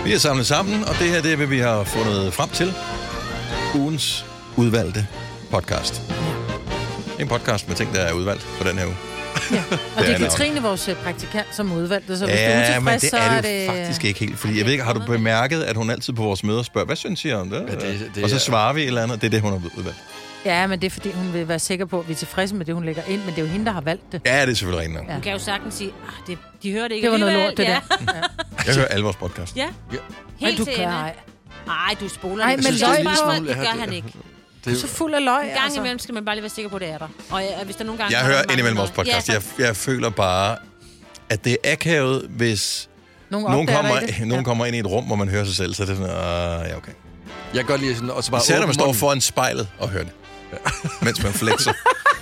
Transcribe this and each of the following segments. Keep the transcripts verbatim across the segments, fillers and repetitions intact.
Vi er samlet sammen, og det her det er, hvad vi har fundet frem til. Ugens udvalgte podcast. En podcast med ting, der er udvalgt for den her uge. Ja, og det er Katrine, vores praktikant, som udvalgte, så hvis ja, du er utilfreds, men det så er er det det... faktisk ikke helt. Fordi jeg ved ikke, har du bemærket, at hun altid på vores møder spørger, hvad synes I om det? Ja, det, det og så er... svarer vi et eller andet, det er det, hun har udvalgt. Ja, men det er fordi, hun vil være sikker på, at vi er tilfredse med det, hun lægger ind, men det er jo hende, der har valgt det. Ja, det er selvfølgelig rigtigt nok. Ja. Hun kan jo sagtens sige, ah, det, de hører det ikke. Det var noget alligevel. lort, det ja. der. Ja. Jeg hører alle vores podcast. Ja, Ja. helt du til gør ende. ej. Ej, du spoler Ej, det. men Jeg synes løgn bare, på- at det gør han ikke. Du er så fuld af løg, En gang altså. imellem skal man bare lige være sikker på, at det er der. Og ja, hvis der nogle gange... Jeg har hører der indimellem manglet vores podcast. noget- Jeg, jeg føler bare, at det er akavet, hvis Nogen, nogen opdager kommer, dig i det. nogen kommer ind i et rum, hvor man hører sig selv. Så er det sådan, uh, ja, okay. Jeg kan godt lide sådan, og så bare Især når åbne man står munden. foran spejlet og hører det. Mens man flexer.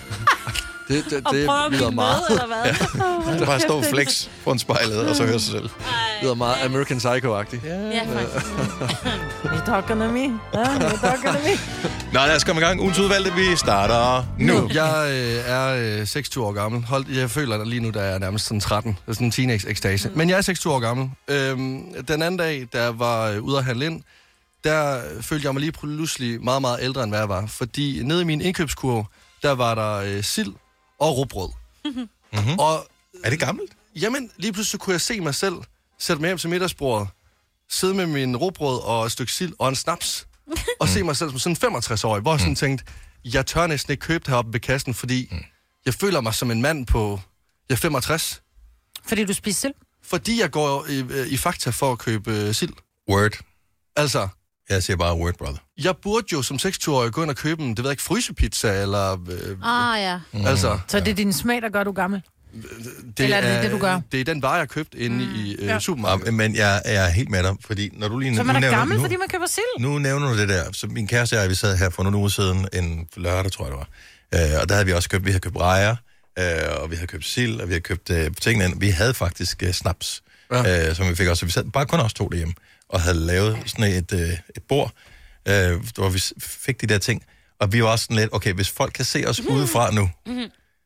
Det, det, Og det prøver at lyder blive meget, med, eller hvad? Der bare står flex foran spejlet, og så hører sig selv. lyder meget American Psycho-agtigt. Ja, faktisk. You're talking to me. Ja, you're talking to me. Nå, lad os komme i gang. Ugens udvalgte, vi starter nu. Jeg øh, er øh, seksogtyve år gammel. Hold, jeg føler at lige nu, der er nærmest sådan tretten. Det er sådan en teenage-ekstase. Men jeg er seksogtyve år gammel. Øhm, den anden dag, da jeg var øh, ude at handle ind, der følte jeg mig lige pludselig meget, meget ældre, end hvad jeg var. Fordi nede i min indkøbskurv, der var der øh, sild og rugbrød. Mm-hmm. Og Er det gammelt? jamen, lige pludselig kunne jeg se mig selv sætte mig hjem til middagsbordet, sidde med min rugbrød og et stykke sild og en snaps, og se mig selv som sådan en femogtres-årig, hvor jeg sådan tænkte, jeg tør næsten ikke købe det heroppe ved kassen, fordi jeg føler mig som en mand på, jeg er femogtres, Fordi du spiser selv. fordi jeg går i, i Fakta for at købe øh, sild. Word. Altså, Jeg siger bare word, brother. jeg burde jo som seksogtyve-årig gå ind og købe en, det ved jeg ikke, frysepizza, eller... Øh, Ah, ja. Mm. altså, Så det er din smag, der gør, du er gammel. det Eller er det det, du gør? Det er den vare, jeg har købt inde mm. i øh, Ja. supermarkedet. Men jeg, jeg er helt med dig, fordi når du lige... Så nu man er nævner- gammel, nu, fordi man køber sild. Nu nævner du det der. Så min kæreste og jeg, vi sad her for nogle uger siden, en lørdag, tror jeg det var. Øh, og der havde vi også købt, vi havde købt rejer, øh, og vi havde købt sild, og vi havde købt øh, tingene ind. Vi havde faktisk øh, snaps, ja. øh, som vi fik også. Så vi sad bare kun os to derhjemme, og havde lavet sådan et, øh, et bord, øh, hvor vi fik de der ting. Og vi var også sådan lidt, okay, hvis folk kan se os mm. udefra nu, Mm-hmm.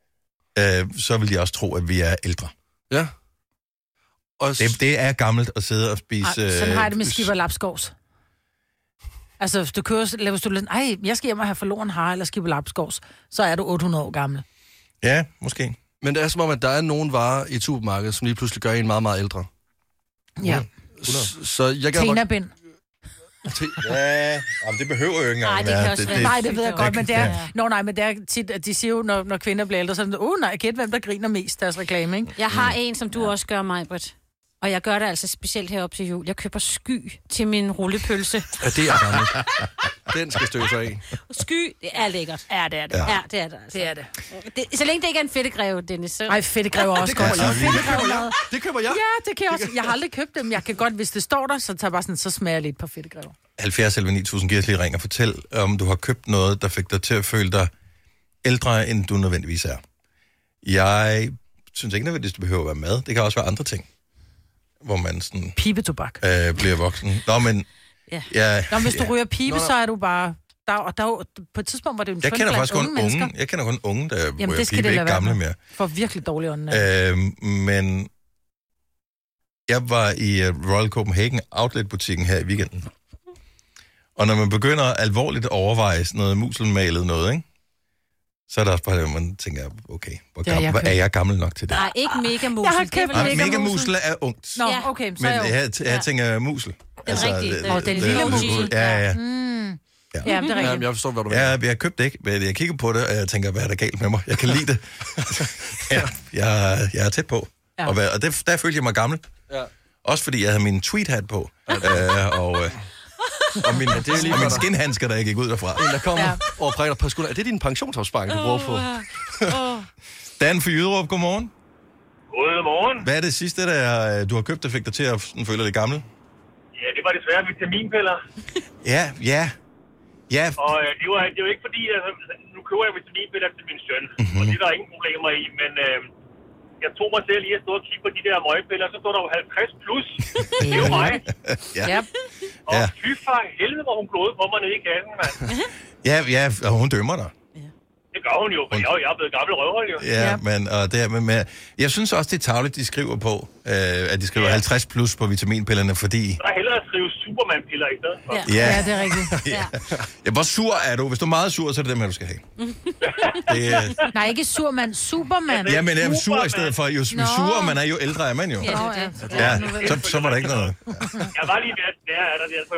øh, så vil de også tro, at vi er ældre. Ja. Og Det, det er gammelt at sidde og spise... Ej, sådan har jeg det med øh, skipper lapskovs. Altså, hvis du kører, eller hvis du lidt, ej, jeg skal hjem og have forloren har eller skipper lapskovs, så er du otte hundrede år gammel. Ja, måske. Men det er som om, at der er nogle varer i et supermarked, som lige pludselig gør en meget, meget ældre. Ja. S- Så jeg kan Tena-bind. Ja, men det behøver jo ikke engang. Ej, det kan være. også være- Nej, det ved jeg godt, men det er... Ja. Nå, nej, men det er tit, at de siger jo, når, når kvinder bliver ældre, så er det, åh oh, nej, gæt hvem der griner mest deres reklame, ikke? Jeg har en, som du også gør, Maj-Brit. Og jeg gør det altså specielt herop til jul. Jeg køber sky til min rullepølse. Ja, det er gammelt. Den skal støves af. Sky, det er lækkert. Ja, det er det. Ja, det er det altså. Det er det. det så længe det ikke er en fedtegreve, Dennis. Så... Ej, fedtegrev er også Det godt. køber jeg. Ja, Det køber jeg. Det køber jeg. Ja, det kan jeg også. Jeg har aldrig købt dem. Jeg kan godt, hvis det står der, så tager jeg bare sådan, så smager jeg lidt på fedtegrev. halvfjerds elleve ni tusind, giv os lige ring og fortæl, om du har købt noget, der fik dig til at føle dig ældre, end du nødvendigvis er. Jeg synes ikke nødvendigvis, det behøver at være mad. Det kan også være andre ting, hvor man sådan Pibetobak. øh, bliver voksen. Nå, men... Ja. Ja, Nå, hvis du ja. ryger pibe, Nå, nå. så er du bare... Der, og der, er jo- på et tidspunkt var det jo en Jeg trend kender blandt faktisk kun unge, mennesker. jeg kender kun unge, der Jamen, ryger det skal pibe, det ikke lade være gamle med. mere. For virkelig dårlig ånden. Øh, men jeg var i uh, Royal Copenhagen Outlet-butikken her i weekenden. Og når man begynder alvorligt at overveje sådan noget muselmalet noget, ikke? Så er der også bare det, hvor man tænker, okay, hvor Det har gammel, jeg hvor købt. er jeg gammel nok til det? Nej, ikke mega mus. Jeg har købt Og mega mega musel. musel er ungt. Nå, Ja. okay, så Men er jeg jo... jeg, jeg tænker musel. Den rigtige. det- Åh, den det- lille det- musel. Ja, ja. Mm. Ja. Ja, det er Ja, rigtigt. jeg forstår, hvad du mener. Ja, jeg købte det ikke, men jeg kigger på det, og jeg tænker, hvad er der galt med mig? Jeg kan lide det. ja, jeg, jeg er tæt på. Ja. Ja. Og, hvad- og det, der følte jeg mig gammel. Ja. Også fordi jeg havde min tweet-hat på. øh, og, øh, og min, ja, det er lige og min skinhandsker, der jeg gik ud derfra. En, der kommer Ja. ja. og prikker på skulderen. Er det din pensionsopsparing, du bruger på? Dan for Jyderup, godmorgen. Godmorgen. Hvad er det sidste, der du har købt, der fik dig til at sådan, føle dig gammel? Ja, det var desværre vitaminpiller. Ja, ja. Ja, Og øh, det, var, det var ikke fordi, altså, nu køber jeg vitaminpiller til min søn. Mhm. Mm-hmm. Og det er der ingen problemer i, men øh, jeg tog mig selv lige at stå og kigge på de der møgpiller, så stod der jo halvtreds plus. Det er jo mig. ja. Ja. Og Ja. fy for helvede, hvor hun blodede på mig nede i kassen, mand. Ja, ja, og hun dømmer dig. Det gør hun jo, for jeg, jeg er blevet gammel røvhul jo. Ja, ja. Men, og det her med, med, jeg synes også, det er tarveligt, de skriver på, øh, at de skriver ja. halvtreds plus på vitaminpillerne, fordi... Så er hellere at skrive Superman-piller i stedet for. Ja, ja. ja det er rigtigt. ja. Ja, hvor sur er du? Hvis du er meget sur, så er det dem her, du skal have. det, øh... Nej, ikke sur, man. Superman. Ja, men jeg er sur i stedet for. Jo, jo surere man er, jo ældre er man jo. Ja, det det. ja. ja. Så, så var der ikke noget. Jeg var lige ved, at det er der, det er på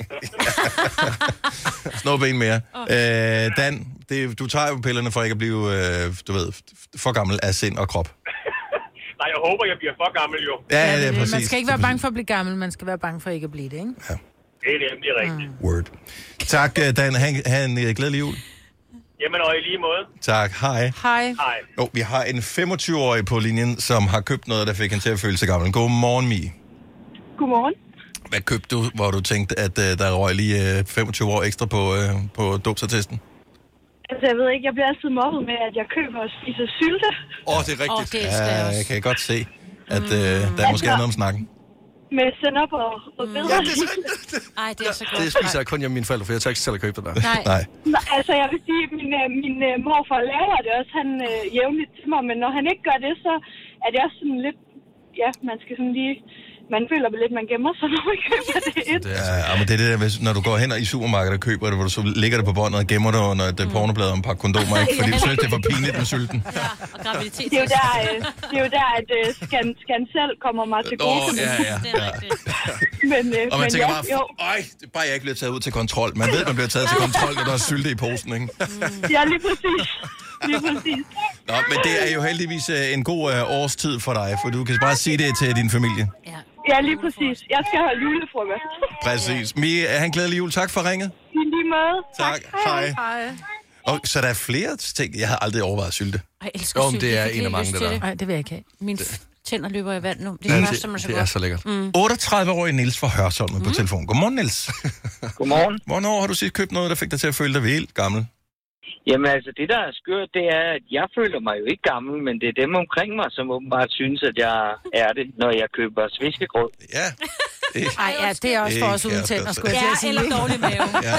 i rødt. Snop en mere. Øh, Dan, det, du tager jo pillerne for ikke at blive, øh, du ved, for gammel af sind og krop. Nej, jeg håber, jeg bliver for gammel jo. Ja, ja, det, det er præcis. Man skal ikke være bange for at blive gammel, man skal være bange for ikke at blive det, ikke? Ja. Det er nemlig rigtigt. Mm. Word. Tak, Dan. Ha, ha en uh, glædelig jul. Jamen, og i lige måde. Tak. Hej. Hej. Hej. Oh, vi har en femogtyve-årig på linjen, som har købt noget, der fik hende til at føle sig gammel. Godmorgen, Mie. Godmorgen. Hvad købte du, hvor du tænkte, at uh, der røg lige uh, femogtyve år ekstra på, uh, på dåbsattesten? Altså, jeg ved ikke, jeg bliver altid mobbet med, at jeg køber og spiser sylte. Åh, oh, det er rigtigt. Oh, det elsker jeg Ja, også. jeg kan godt se, at uh, der er måske Altså- noget om snakken. Med sennep og rødbeder. Ja, det er så rigtigt. Ej, det er så godt. Det spiser jeg kun hjemme mine forældre, for jeg tager ikke selv at købe det der. Nej. Nej. Nå, altså, jeg vil sige, at min, øh, min øh, morfar laver det også, han øh, jævnligt til mig, men når han ikke gør det, så er det også sådan lidt, ja, man skal sådan lige, man føler vel lidt, man gemmer sig, når man køber det et. Det er Ja, ja, men det er det der, hvis, når du går hen og i supermarkedet og køber det, hvor du så ligger det på båndet og gemmer det under et mm. pornoblad og en pakke kondomer, ikke? Fordi du synes, det er for pinligt med sylten. Ja, og graviditet. Det er jo der, øh, det er jo der at øh, skan, skan selv kommer mig til gode. Åh, ja, ja, Det er ja. rigtigt. Men, øh, Og man men tænker ja, bare, jo, øj, det er bare, jeg ikke bliver taget ud til kontrol. Man ved, man bliver taget til kontrol, når der er sylte i posen, ikke? ja, lige præcis. Lige præcis. Nå, men det er jo heldigvis øh, en god øh, årstid for dig, for du kan bare sige det til din familie. Ja. Ja, lige præcis. Jeg skal holde julefrokost. Præcis. Mie, have en glædelig jul. Tak for ringet. I lige måde. Tak. Hej. Hej. Og, så der er flere ting. Jeg har aldrig overvejet sylte. Jeg elsker Jo, men sylte. det er Jeg fik en af lige mange, lyst det til der. Nej, det vil jeg ikke have. Mine tænder løber i vand nu. Det Ja, er det, også simpelthen så det er godt. så lækkert. Mm. otteogtredive-årig Niels fra Hørsholm mm. på telefon. Godmorgen, Niels. Godmorgen. Hvornår har du sidst købt noget, der fik dig til at føle dig vildt gammel? Jamen altså, det der er skørt, det er, at jeg føler mig jo ikke gammel, men det er dem omkring mig, som åbenbart synes, at jeg er det, når jeg køber sviskegrød. Ja. Det, Ej, ja, det er også for Det os kan uden jeg tænder, godt skulle jeg til Ja, at sige. eller ikke? dårlig mave. ja.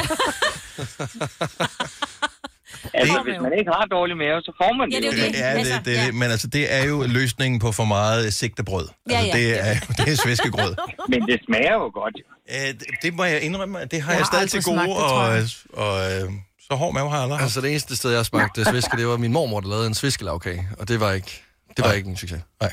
Altså, Det- hvis man ikke har dårlig mave, så får man det. Ja, det er jo det. Ja, Altså, det, det, ja. det, men altså, det er jo løsningen på for meget sigtebrød. Ja, Altså, ja. det er jo det er sviskegrød. Men det smager jo godt. Jo. Øh, det, det må jeg indrømme, at det har Jeg jeg, har stadig til aldrig gode, smagt det, tror og, jeg. og øh, så hård mave har jeg aldrig haft. Altså, det eneste sted, jeg smagte sviske, det var min mormor, der lavede en sviskelavkage, og det var ikke, det var Nej. ikke en succes. Nej.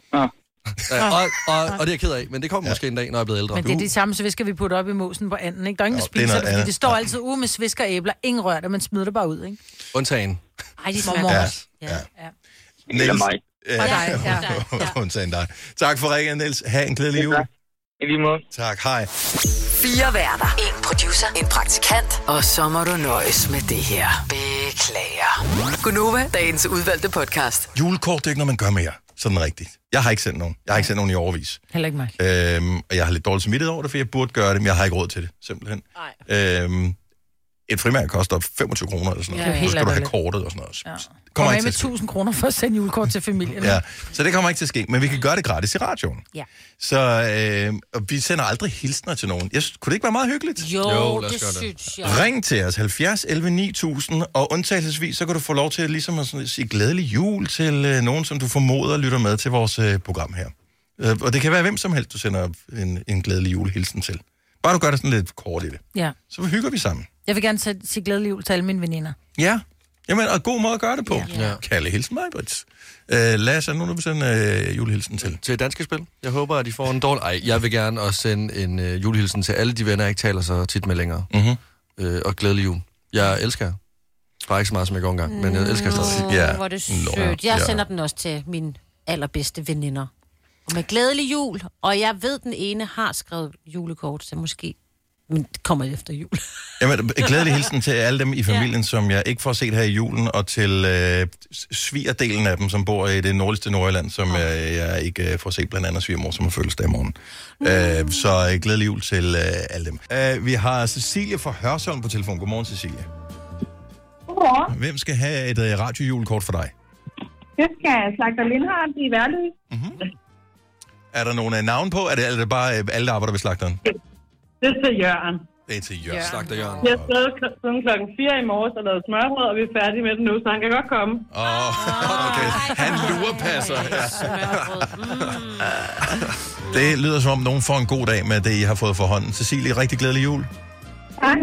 Ja, og, og, og det er jeg ked af, men det kommer ja. måske en dag, når jeg er blevet ældre. Men det er de samme svisker, vi putter op i mosen på anden, ikke? Der er ingen, der Jo, det er spiser noget det, fordi andet. det står Ja. altid ude med svisker og æbler. Ingen rør det, man smider det bare ud, ikke? Undtagen. Ej, de Mormor. smager Ja. godt. Ja. Ja. Eller mig. Ja, Og dig, ja. Ja. undtagen dig. Tak for ringen, Niels. Ha' en glædelig jul. I lige måde. Tak, hej. Fire værter. En producer. En praktikant. Og så må du nøjes med det her. Beklager. Gunova, dagens udvalgte podcast. Julekort, det er ikke noget, man gør mere. Sådan rigtigt. Jeg har ikke sendt nogen. Jeg har ikke sendt nogen i overvis. Heller ikke mig. Øhm, og jeg har lidt dårligt samvittighed over det, for jeg burde gøre det, men jeg har ikke råd til det, simpelthen. Øhm, et frimærke koster femogtyve kroner eller sådan noget. Ja, Ja, helt så skal du have latterligt. kortet og sådan noget. Ja. Det Kommer kommer af ikke med til at ske. tusind kroner for at sende julekort til familien. Ja, så det kommer ikke til at ske. Men vi kan gøre det gratis i radioen. Ja. Så øh, og vi sender aldrig hilsner til nogen. Jeg, kunne det ikke være meget hyggeligt? Jo, Jo, lad os det gøre det. synes jeg. Ring til os, halvfjerds elleve ni tusind, og undtagelsesvis, så kan du få lov til ligesom at sådan sige glædelig jul til øh, nogen, som du formoder lytter med til vores øh, program her. Øh, og det kan være hvem som helst, du sender en, en glædelig julehilsen til. Bare du gør det sådan lidt kort i det. Ja. Så hygger vi sammen. Jeg vil gerne sætte- sige glædelig jul til alle mine veninder. Ja, jamen, og god måde at gøre det på. Ja. Ja. Kalle hilsen mig, Brits. Øh, Lasse, nu vil vi sende øh, julehilsen til. Til Danske Spil. Jeg håber, at de får en dårlig... Ej, jeg vil gerne også sende en øh, julehilsen til alle de venner, jeg ikke taler så tit med længere. Mm-hmm. Øh, og glædelig jul. Jeg elsker jer. Bare ikke så meget, som jeg går engang, men jeg elsker jer stadig. Åh, Ja. hvor er det Nå, sødt. Jeg ja. sender den også til mine allerbedste veninder. Og med glædelig jul. Og jeg ved, den ene har skrevet julekort, så måske men det kommer efter jul. Jamen, glædelig hilsen til alle dem i familien, ja. som jeg ikke får set her i julen, og til øh, svigerdelen af dem, som bor i det nordligste Nordjylland, som øh, jeg ikke øh, får set, blandt andet svigermor, som har fødselsdag i morgen. Mm. Øh, så øh, glædelig jul til øh, alle dem. Øh, vi har Cecilie fra Hørsholm på telefon. Godmorgen, Cecilie. Godmorgen. Hvem skal have et øh, radiojulekort for dig? Det skal Slagter Lindhardt i Værløs. Mm-hmm. Er der nogen øh, navn på? Er det, er det bare øh, alle, der arbejder ved slagteren? Det er Jørgen. Det er til Jørgen. Ja. Slagter Jørgen. Jeg har stået siden klokken fire i morges og lavet smørbrød, og vi er færdige med det nu, så han kan godt komme. Åh, oh, okay. Han lurepasser. Ja. Det lyder som om, nogen får en god dag med det, I har fået for hånden. Cecilie, rigtig glædelig jul. Tak.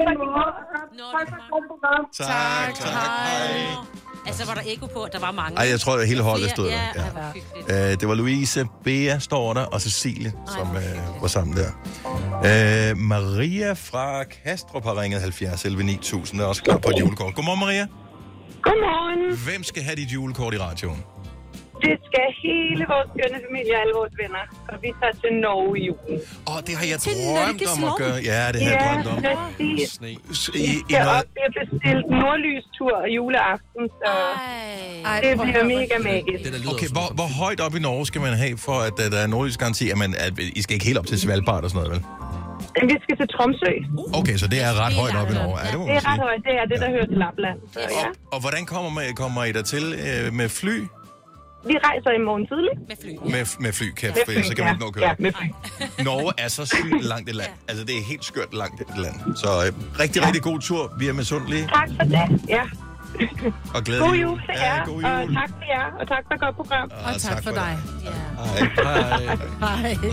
Tak, tak. Hej. Altså, var der ekko på? Der var mange. Ej, jeg tror, at hele holdet stod ja, der. det var hyggeligt. Ja. Uh, det var Louise, Bea står der, og Cecilie, som uh, var sammen der. Uh, Maria fra Kastrup har ringet halvfjerds elleve ni tusind, og er også klar på et julekort. Godmorgen, Maria. Godmorgen. Hvem skal have dit julekort i radioen? Det skal hele vores skønne familie og alle vores venner. Og vi tager til Norge i julen. Åh, oh, det har jeg drømt om at gøre. Ja, det har jeg drømt om. Ja, præcis. Sne. Vi skal op, vi har bestilt nordlystur juleaften, så Ej. det bliver mega magisk. Okay, hvor, hvor højt op i Norge skal man have, for at uh, der er nordlysgaranti? At, man, at I skal ikke helt op til Svalbard og sådan noget, vel? Vi skal til Tromsø. Okay, så det er ret højt op i Norge. Ja, det, må det er man ret højt. Det er det, der hører til Lapland. Så, ja. og, og hvordan kommer, man, kommer I der til uh, med fly? Vi rejser i morgen tidlig. Med fly. Med, med fly, kan, med fly, så kan man ikke nå at køre. Ja, med fly. Norge er så sygt langt et land. Altså, det er helt skørt langt et land. Så øh, rigtig, ja. rigtig god tur. Vi er misundelige. Tak for det, ja. Og glædelig god jul til jer, ja, god jul. og tak for jer, og tak for et godt program. Og, og tak, tak for, for dig. Ja. Hej. Hej. Hej.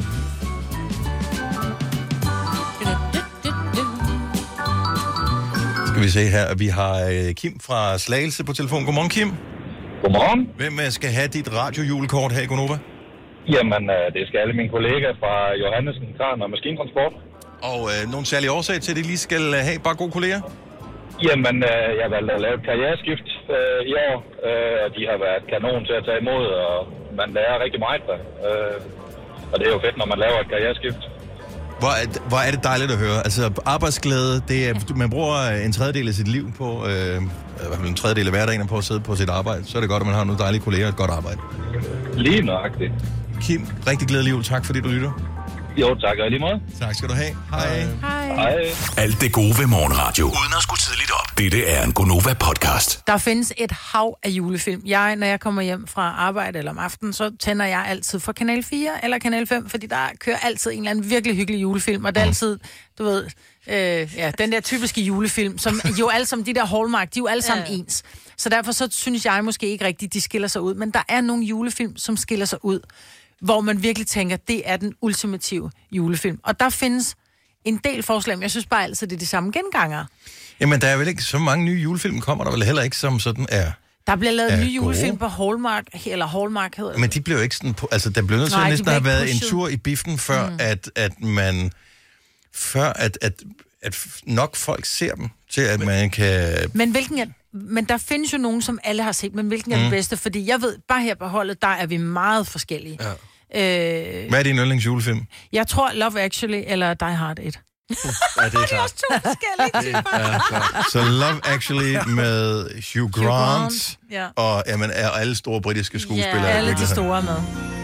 Skal vi se her. Vi har Kim fra Slagelse på telefon. Godmorgen, Kim. Godmorgen. Hvem skal have dit radiojulekort her i Gonova? Jamen, det skal alle mine kollegaer fra Johannesen, Kran og Maskintransport. Og øh, nogle særlige årsager til, at de lige skal have bare gode kolleger? Jamen, øh, jeg har valgt at lave et karriereskift øh, i år, øh, og de har været kanon til at tage imod, og man lærer rigtig meget der. Øh, og det er jo fedt, når man laver et karriereskift. Hvor er, hvor er det dejligt at høre. Altså, arbejdsglæde, det er, man bruger en tredjedel af sit liv på, øh, en tredjedel af hverdagen på at sidde på sit arbejde. Så er det godt, at man har nogle dejlige kolleger og et godt arbejde. Lige nøjagtigt. Kim, rigtig glædelig jul. Tak, fordi du lytter. Jo, tak og lige måde. Tak skal du have. Hej. Hej. Hej. Alt det gode ved morgenradio. Uden at skulle tidligt op. Dette er en Gonova-podcast. Der findes et hav af julefilm. Jeg, når jeg kommer hjem fra arbejde eller om aftenen, så tænder jeg altid for Kanal fire eller Kanal fem, fordi der kører altid en eller anden virkelig hyggelig julefilm, og det er altid, du ved, øh, ja, den der typiske julefilm, som jo alle sammen, de der Hallmark, de er jo alle sammen ja. ens. Så derfor så synes jeg måske ikke rigtigt, de skiller sig ud, men der er nogle julefilm, som skiller sig ud, hvor man virkelig tænker, det er den ultimative julefilm. Og der findes en del forslag, men jeg synes bare altid, det er de samme gengangere. Jamen, der er vel ikke så mange nye julefilm, kommer der vel heller ikke, som sådan er. Der bliver lavet nye julefilm på Hallmark, eller Hallmark hedder det. Men de blev ikke sådan, på, altså der blev nødt til at næsten have været pushet. En tur i biffen, før mm. at, at man, før at, at, at nok folk ser dem, til at men, man kan... Men hvilken er, men der findes jo nogen, som alle har set, men hvilken er mm. den bedste? Fordi jeg ved, bare her på holdet, der er vi meget forskellige. Ja. Øh, Hvad er din yndlingsjulefilm? Jeg tror Love Actually eller Die Hard et. Ja, det er, det er også to forskellige typer. Ja, så Love Actually med Hugh Grant, Hugh Grant ja. og jamen, er alle store britiske skuespillere. Ja, alle de store med.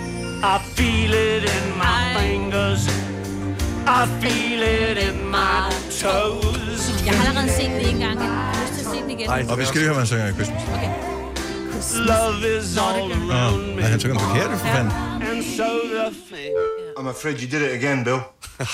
I feel it in my fingers. I feel it in my toes. Jeg har allerede set det en gang. Jeg har lyst til at se den igen. Ej, og vi skal lige høre, hvad han synger i Christmas. Okay. Love is all around me. Han synger den forkert, for fanden. And so the thing. I'm afraid you did it again, Bill.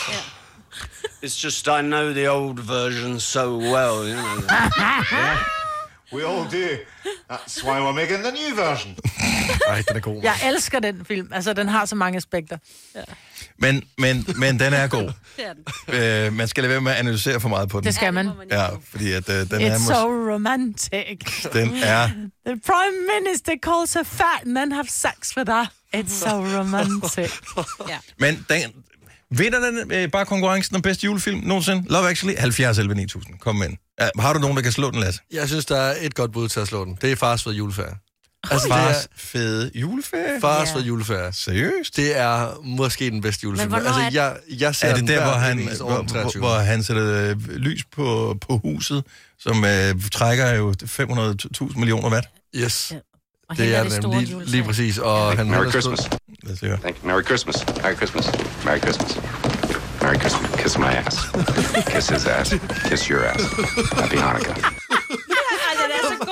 It's just I know the old version so well, you know. Yeah, we all do. That's why we're making the new version. Ej, den er god. Jeg elsker den film. Altså, den har så mange aspekter. Ja. Men, men, men den er god. Det er den. Øh, man skal lade være med at analysere for meget på den. Det skal man. Ja, fordi at, uh, den It's er... It's so romantic. Den er... The prime minister calls a fat man have sex with her. It's so romantic. Ja. Men den... Vinder den øh, bare konkurrencen om bedste julefilm nogensinde? Love Actually, halvfjerds elleve ni tusind. Kom ind. Uh, har du nogen, der kan slå den, Lasse? Jeg synes, der er et godt bud til at slå den. Det er Fars fede juleferie. Altså, Fars fede juleferie? Fars fede juleferie. Seriøst? Det er måske den bedste julefilm. Men altså, jeg, jeg ser er det den der, hvor han, hvor, hvor, hvor han sætter øh, lys på, på huset, som øh, trækker jo fem hundrede tusind millioner watt? Yes. Ja. Det er det lige, lige præcis. Og han Merry Christmas. Thank you. Merry Christmas. Merry Christmas. Merry Christmas. Merry Christmas. Kiss my ass. Kiss his ass. Kiss your ass. Happy Hanukkah. Ja, den er så god. Men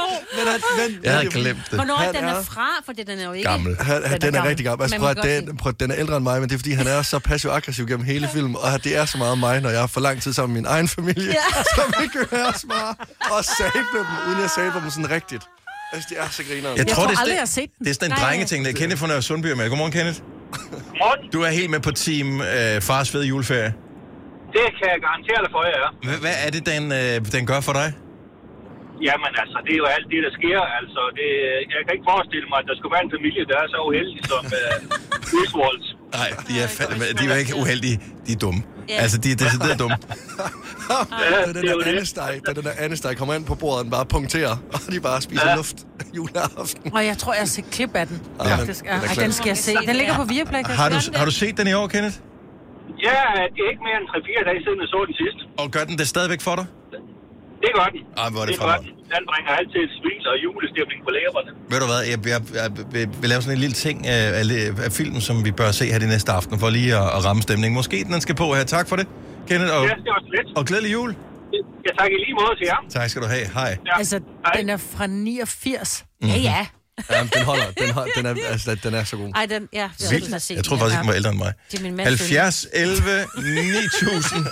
den, Jeg havde glemt det. Hvornår Han den er er fra? For den er jo ikke... Gammel. Han, den, den er, er rigtig gammel. Altså, Men prøv, man at, kan godt den, prøv, at, den er ældre end mig, men det er fordi, han er så passiv-aggressiv gennem hele filmen, og det er så meget mig, når jeg har for lang tid sammen med min egen familie, Ja. som ikke hører os bare og sable dem, uden jeg sabler dem sådan rigtigt. Altså, det er så grineren. Jeg tror, tror det er aldrig, sådan- jeg har set den. Det er sådan en Nej. drengeting. Det er Kenneth fra Nørre Sundby med. Godmorgen, Kenneth. Godmorgen. Du er helt med på team øh, fars fede juleferie. Det kan jeg garantere dig for, jeg er. Hvad, hvad er det, den, øh, den gør for dig? Jamen altså, det er jo alt det, der sker. Altså, det, jeg kan ikke forestille mig, at der skulle være en familie, der er så uheldig som uh, Griswolds. Nej, de er, fandme, de er jo ikke uheldige. De er dumme. Ja. Altså, de er decideret dumme. Ja, den der andesteg, da den der andesteg kommer ind på bordet, den bare punkterer, og de bare spiser ja. luft juleaften. Og jeg tror, jeg har set klip af den. Ja. Faktisk. Ja. Den er Ej, klar. den skal jeg se. Den ligger på Viaplay. kan jeg Har du, se. har du set den i år, Kenneth? Ja, det er ikke mere end tre fire dage siden, jeg så den sidst. Og gør den det stadigvæk for dig? Det gør den. Ej, hvor er det det gør den. Den bringer altid et smil og julestemning på læberne. Ved du hvad, jeg, jeg, jeg, jeg vil lave sådan en lille ting af, af, af filmen, som vi bør se her de næste aften, for lige at, at ramme stemningen. Måske den skal på her. Tak for det, Kenneth. Og, Ja, det var så lidt. og glædelig jul. Jeg takker i lige måde til jer. Tak skal du have. Hej. Ja. Altså, den er fra niogfirs. Ja, ja. Ja, den holder. Den, hold, den, er, altså, den er så god. Ej, den... Ja, jeg Vildt. har set Jeg tror den, faktisk ja. ikke, den var ældre end mig. Det er min mand. halvfjerds elleve ni tusind.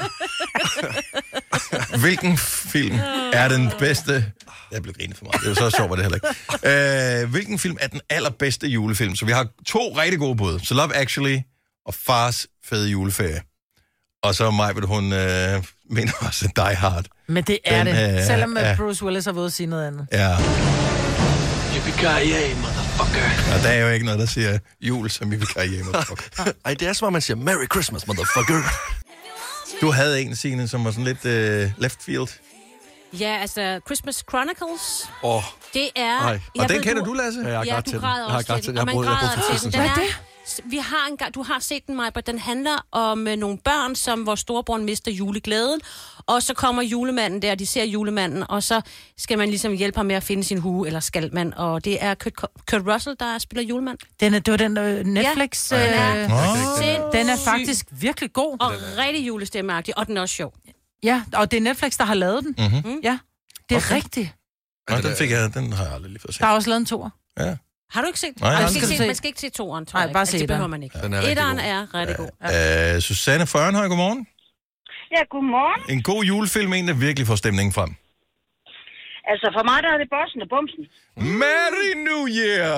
Hvilken film er den bedste... Jeg blev grinet for meget. Det er jo så sjovt, var det heller ikke. Uh, hvilken film er den allerbedste julefilm? Så vi har to rigtig gode bud. Så Love Actually og Fars fede juleferie. Og så mig, vil hun uh, mener også Die Hard. Men det er Den, det. øh, Selvom ja. ja. Bruce Willis har været at sige noget andet. Ja. Yippee-ki-yay, motherfucker. Og der er jo ikke noget, der siger jul, som vi vil karriere. Ej, det er som om, man siger Merry Christmas, motherfucker. Du havde en, Signe, som var sådan lidt uh, left field. Ja, altså Christmas Chronicles. Åh. Oh. Det er... Nej. jeg Og den ved, kender du, Lasse? Ja, jeg har Ja, grædt du til den. græder Jeg har også grædt til til den. den. Og Jeg man brugte- jeg græder brugte til den. fødselsdag. Den Hvad er er... Vi har en gang, du har set den, Maja, den handler om øh, nogle børn, som hvor storebror mister juleglæden, og så kommer julemanden der, de ser julemanden, og så skal man ligesom hjælpe ham med at finde sin hue, eller skal man, og det er Kurt, Kurt Russell, der spiller julemand. Den er, det var den øh, Netflix. Ja, den øh, er, den er faktisk virkelig god. og rigtig julestemmeagtig, og den er også sjov. Ja, og det er Netflix, der har lavet den. Mm-hmm. Ja, det er Okay. rigtigt. Nå, den, fik jeg, den har jeg aldrig lige fået set. Der er også lavet en toer. Ja. Har du ikke set? Nej, Ej, jeg man, skal har ikke ikke se, set. man skal ikke se toeren, tror Nej, jeg. bare Altså, se det behøver etteren. man ikke. Den er rigtig Etteren god. er rigtig god. Uh, Susanne Førenhøj, godmorgen. Ja, godmorgen. En god julefilm, en, der virkelig får stemningen frem. Altså, for mig der er det Bossen og Bumsen. Merry New Year!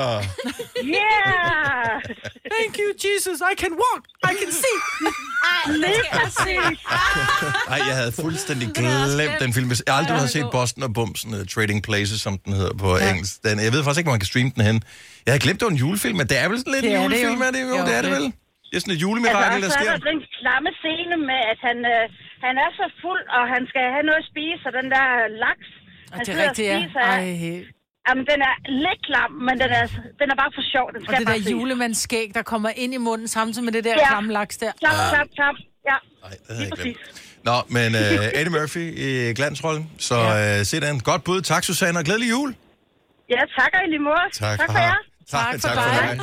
Yeah! Thank you, Jesus. I can walk. I can see. Lige præcis. Ej, jeg havde fuldstændig glemt den film. Hvis jeg aldrig havde set Boston og Bumsen, uh, Trading Places, som den hedder på ja. engelsk. Den, jeg ved faktisk ikke, hvor man kan streame den hen. Jeg havde glemt, det var en julefilm, men det er vel sådan lidt Det en er det julefilm, jo. er det jo? Jo, Det er det det. vel? Det er sådan et julemirakel, Altså, der og så sker. er der den klamme scene med, at han, øh, han er så fuld, og han skal have noget at spise, og den der laks, han Det er sidder og rigtigt, ja. spiser. Ej. Jamen, den er lidt klam, men den er, den er bare for sjov. Den Og skal det bare der ses. julemandsskæg, der kommer ind i munden samtidig med det der Ja. klamme laks der. Klam, klam, klam. Ja, Nej, det havde jeg lige glemt. præcis. Nå, men uh, Eddie Murphy i glansrollen. Så uh, se den. Godt bud. Tak, Susanne, og glædelig jul. Ja, takker i lige måde. Tak, tak for jer. Tak, tak for dig.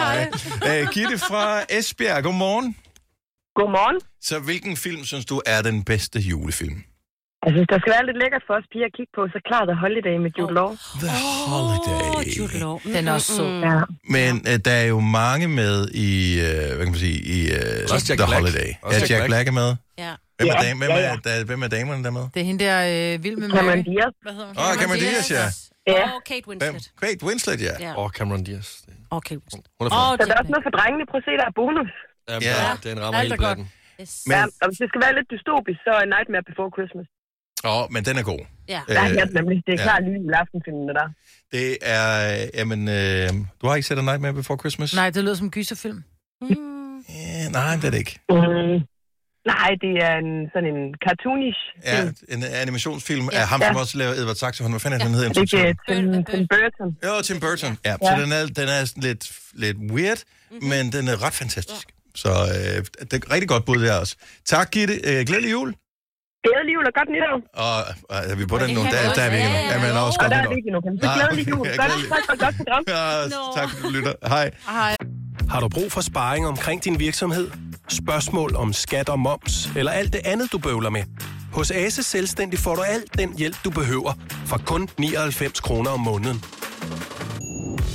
Hej. Uh, Gitte fra Esbjerg, godmorgen. Godmorgen. Så hvilken film synes du er den bedste julefilm? Altså, hvis der skal være lidt lækkert for os piger at kigge på, så klart The Holiday med Jude Law. The Holiday. Jude Law. Den er også sød. Ja. Men uh, der er jo mange med i, uh, hvad kan man sige, i uh, Også Jack The Black. Holiday. Også Ja, Jack Jack Black. Black er med. Ja. Hvem er, Ja, dam- hvem ja, er, ja. der, hvem er damerne der med? Det er hende der øh, vild med Cameron Mary. Diaz. Hvad hedder hun? Åh, oh, Cameron Diaz, ja. Ja. Og Kate Hvem? Winslet. Kate Winslet, ja. Ja. Og Cameron Diaz. Og Kate Winslet. Hun er Og fed. Så der er Jack også noget for drengene. Prøv at se, der er bonus. Ja, Ja. ja. Den rammer Alt helt er godt. pletten. Yes. Men- Ja, og hvis det skal være lidt dystopisk, så er Nightmare Before Christmas. Åh, oh, men den er god. Ja. Der er Øh, helt nemlig. Det er ja. klart lige i aftenfilmene der. Det er, jamen, øh, du har ikke set A Nightmare Before Christmas? Nej, det lyder som en gyserfilm. Mm. Ja, nej, det er det ikke. Mm. Nej, det er en, sådan en cartoonish Ja, film. en animationsfilm Ja. af ham, Ja. som også laver Edward Saxon. Hvad fanden er Ja. den hedder? Er det ikke instruktøren? Tim, Tim Burton? Jo, Tim Burton. Ja, Ja. så den er, den er sådan lidt, lidt weird, mm-hmm. men den er ret fantastisk. Så øh, det er et rigtig godt bud der også. Tak, Gitte. Øh, glædelig jul. Glædelig jul og godt nytår. Og øh, er vi på den nu? kan Der, vi der er vi også. ikke Ja, nu. ja, Ja, men ja. også Og godt der er nytår. vi ikke endnu. Så Nej, glædelig jul. okay, Godt, glædelig. tak for et godt program. Ja, tak for, du lytter. Hej. Hej. Har du brug for sparring omkring din virksomhed? Spørgsmål om skat og moms, eller alt det andet, du bøvler med? Hos Ase Selvstændig får du alt den hjælp, du behøver, for kun nioghalvfems kroner om måneden.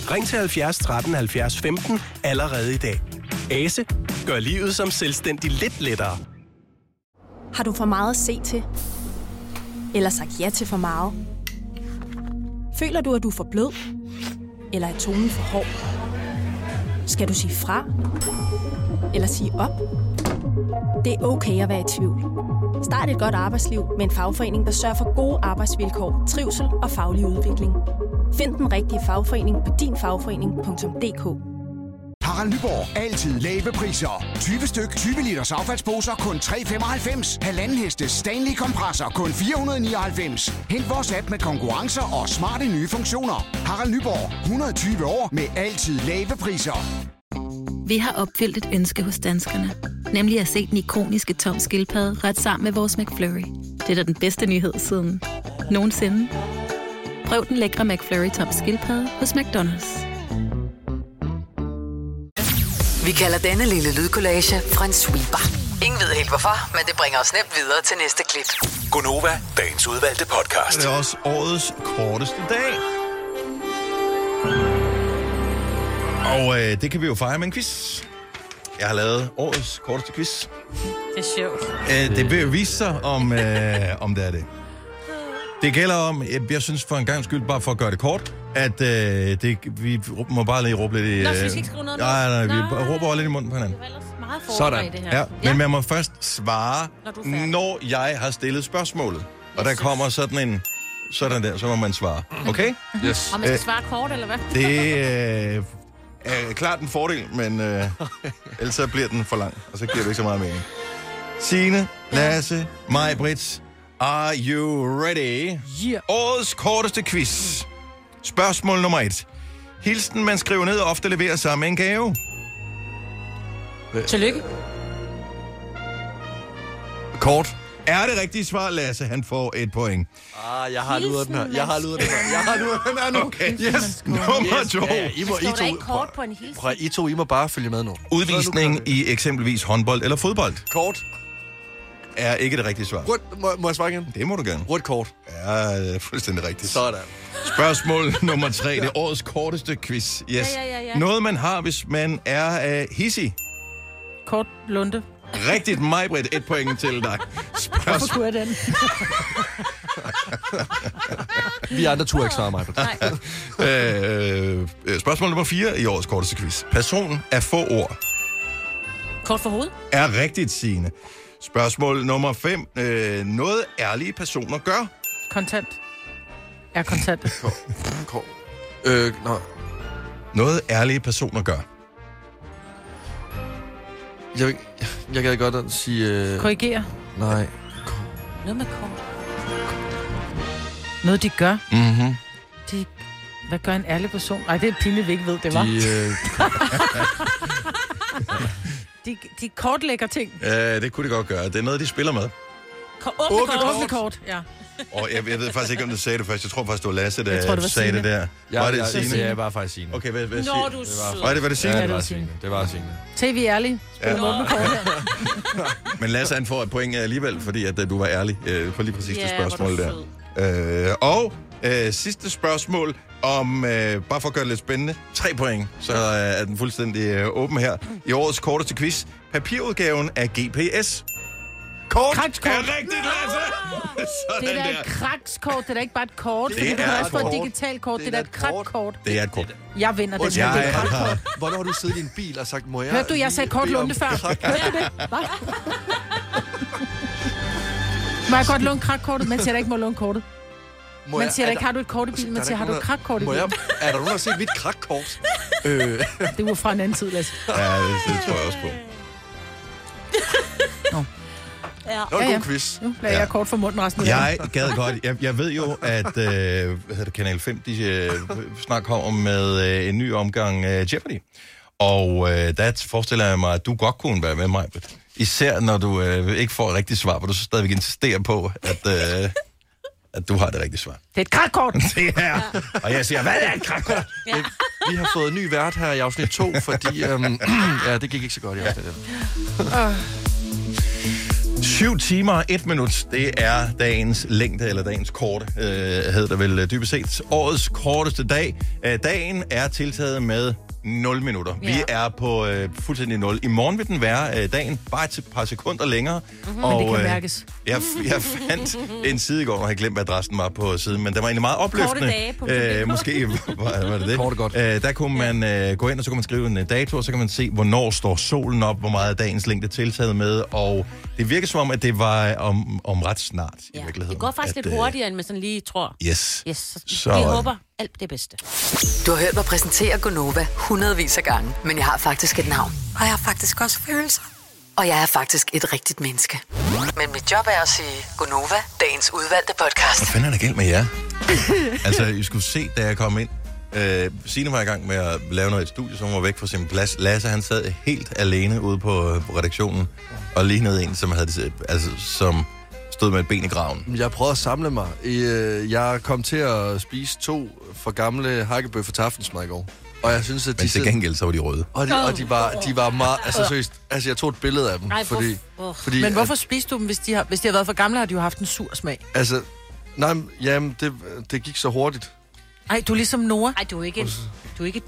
Ring til halvfjerds tretten halvfjerds femten allerede i dag. Ase gør livet som selvstændig lidt lettere. Har du for meget at se til? Eller sagt ja til for meget? Føler du, at du er for blød? Eller er tonen for hård? Skal du sige fra? Eller sige op? Det er okay at være i tvivl. Start et godt arbejdsliv med en fagforening, der sørger for gode arbejdsvilkår, trivsel og faglig udvikling. Find den rigtige fagforening på din fagforening punktum d k. Harald Nyborg. Altid lave priser. tyve styk, tyve liters affaldsposer kun tre komma femoghalvfems. Halvanden hestes Stanley kompresser kun fire hundrede og nioghalvfems. Hent vores app med konkurrencer og smarte nye funktioner. Harald Nyborg. hundrede og tyve år med altid lave priser. Vi har opfyldt et ønske hos danskerne. Nemlig at se den ikoniske Tom Skildpadde ret sammen med vores McFlurry. Det er da den bedste nyhed siden nogensinde. Prøv den lækre McFlurry Tom Skildpadde hos McDonald's. Vi kalder denne lille lydkollage en sweeper. Ingen ved helt hvorfor, men det bringer os nemt videre til næste klip. Gonova, dagens udvalgte podcast. Det er også årets korteste dag. Og øh, det kan vi jo fejre med en quiz. Jeg har lavet årets korteste quiz. Det er sjovt. Øh, det vil jo vise sig, om, øh, om det er det. Det gælder om, jeg, jeg synes for en gang skyld, bare for at gøre det kort, at øh, det, vi må bare lige råbe lidt i... Øh, Nå, så vi skal ikke skrive noget nej, nej, nej, vi råber bare lidt i munden på hinanden. Meget Sådan. Det her. Ja, men man må først svare, når, når jeg har stillet spørgsmålet. Og der kommer sådan en... Sådan der, så må man svare. Okay? Yes. Og man skal svare kort, eller hvad? Det øh, er klart en fordel, men øh, ellers så bliver den for lang, og så giver det ikke så meget mening. Signe, Lasse, mig, Brits, are you ready? Yeah. Årets korteste quiz. Spørgsmål nummer et. Hilsen, man skriver ned, ofte leverer sig med en gave. Tillykke. Kort. Er det rigtige svar, Lasse? Han får et point. Ah, jeg har luret den her. Jeg har luret den her. Jeg har luret den her nu. Okay, yes. Nummer to. Ja, I må, I Står der to, ikke kort på en hilsen? prøv, I to, I må bare følge med nu. Udvisning i eksempelvis håndbold eller fodbold. Kort. Er ikke det rigtige svar. Rødt, må, må jeg svare igen? Det må du gerne. Rødt kort. Ja, det er fuldstændig rigtigt. Sådan. Spørgsmål nummer tre. Det er årets korteste quiz. Yes. Ja, ja, ja, ja. Noget, man har, hvis man er uh, hissig. Kort lunde. Rigtigt, Majbrit. Et point til dig. Spørgsmål... Hvorfor kunne jeg den? Vi andre turde ikke svare, Majbrit. øh, øh, spørgsmål nummer fire i årets korteste quiz. Personen af få ord. Kort for hovedet. Er rigtigt, Signe. Spørgsmål nummer fem. Øh, noget ærlige personer gør. Kontant. Er kontant. Kort. Øh, nå. Noget ærlige personer gør. Jeg, jeg gad godt at sige... Øh... Korrigere. Nej. Noget med kort. Noget, de gør. Mhm. De... Hvad gør en ærlig person? Nej, det er pinligt, vi ikke ved, det var. De, øh... de, de kortlægger ting. Ja, det kunne de godt gøre. Det er noget, de spiller med. Ko- åbne kort. Åbne kort, ja. Og jeg, jeg ved faktisk ikke, om du sagde det først. Jeg tror faktisk, det var Lasse, der tror, det var sagde Signe. det der. Ja, var det ja, Signe? Ja, det var faktisk Signe. Okay, hvad, hvad Nå, siger du var, var det, var det Signe? Ja, det var Signe. Det var Signe. T V ærlig. Spil Ja. åbne kort her. Men Lasse, han får et point alligevel, fordi at, du var ærlig øh, på lige præcis Ja, det hvor spørgsmål du der. Øh, og øh, sidste spørgsmål om, øh, bare for at gøre det lidt spændende, tre point, så øh, er den fuldstændig øh, åben her. I årets korteste quiz, papirudgaven af G P S. Kort Krakskort. er rigtigt, Lasse! Det er Sådan da der. et krakskort, det er da ikke bare et kort. Det Fordi du er kan et også få et kort. digitalt kort, det er da et krakkort. Det er et kort. Jeg vinder den Undskyld, her, det er et Jeg krakkort. har... Hvornår har du siddet i en bil og sagt, må jeg... Hørte du, jeg sagde lige kort bede om lunde før? krak? Hørte du det? Hvad? Må jeg godt låne krakkortet? Man siger da ikke, må låne kortet. Må Man jeg- siger da er ikke, der- har du et kort i bilen? Der Man er siger, der har du et nogen, krakkort i Må bilen? jeg... Er der nogen, der har set mit krakkort? øh... Det var fra en anden tid, Lasse. Ja, det, det tror jeg også på. Ja. Det var en Ja, ja. god quiz. Nu lader Ja. jeg kort for munden resten af Jeg gad godt. Jeg, jeg ved jo, at øh, hvad hedder det, Kanal fem de, øh, snart kommer med øh, en ny omgang øh, Jeopardy. Og øh, der forestiller jeg mig, at du godt kunne være med mig. Især når du øh, ikke får et rigtigt svar, hvor du så stadigvæk insisterer på, at, øh, at du har det rigtige svar. Det er et krakkort. Det er. Og jeg siger, hvad er et krakkort? Ja. Vi har fået en ny vært her i afsnit to, fordi... Øhm, ja, det gik ikke så godt i afsnit. Uh. Syv timer og et minut, det er dagens længde, eller dagens korte, øh, hedder det vel dybest set. Årets korteste dag. Øh, dagen er tiltaget med nul minutter. Ja. Vi er på øh, fuldstændig nul. I morgen vil den være øh, dagen bare et par sekunder længere. Mm-hmm. Og, men det kan øh, mærkes. Jeg, jeg fandt en side i går, og jeg glemt, hvad adressen var på siden, men der var egentlig meget opløftende. Korte dage. Øh, måske var, var det det. Kort godt. Øh, der kunne man øh, gå ind, og så kunne man skrive en uh, dato, og så kan man se, hvornår står solen op, hvor meget dagens længde er tiltaget med, og det virker som om, at det var om, om ret snart ja. i virkeligheden. Det går faktisk at, lidt hurtigere, end man sådan lige tror. Yes. yes. Så, vi håber alt det bedste. Du har hørt mig præsentere Gonova hundredvis af gange, men jeg har faktisk et navn. Og jeg har faktisk også følelser. Og jeg er faktisk et rigtigt menneske. Men mit job er at sige Gonova, dagens udvalgte podcast. Hvad fanden er der galt med jer? Altså, I skulle se, da jeg kom ind. Øh, Signe var i gang med at lave noget i et studie, som var væk fra sin plads. Lasse, han sad helt alene ude på, på redaktionen, og lignede en, som, havde, altså, som stod med et ben i graven. Jeg prøvede at samle mig. Jeg kom til at spise to for gamle hakkebøffer til aftensmad i går. Og jeg synes, at de... Men til gengæld, så var de røde. Og de, og de, var, de var meget... Altså seriøst, altså jeg tog et billede af dem, Ej, fordi, oh. fordi... Men hvorfor spiste du dem, hvis de, har, hvis de har været for gamle, har de jo haft en sur smag? Altså, nej, jamen, det, det gik så hurtigt. Ej, du er ligesom Nora. Ej, du er ikke... Du er ikke...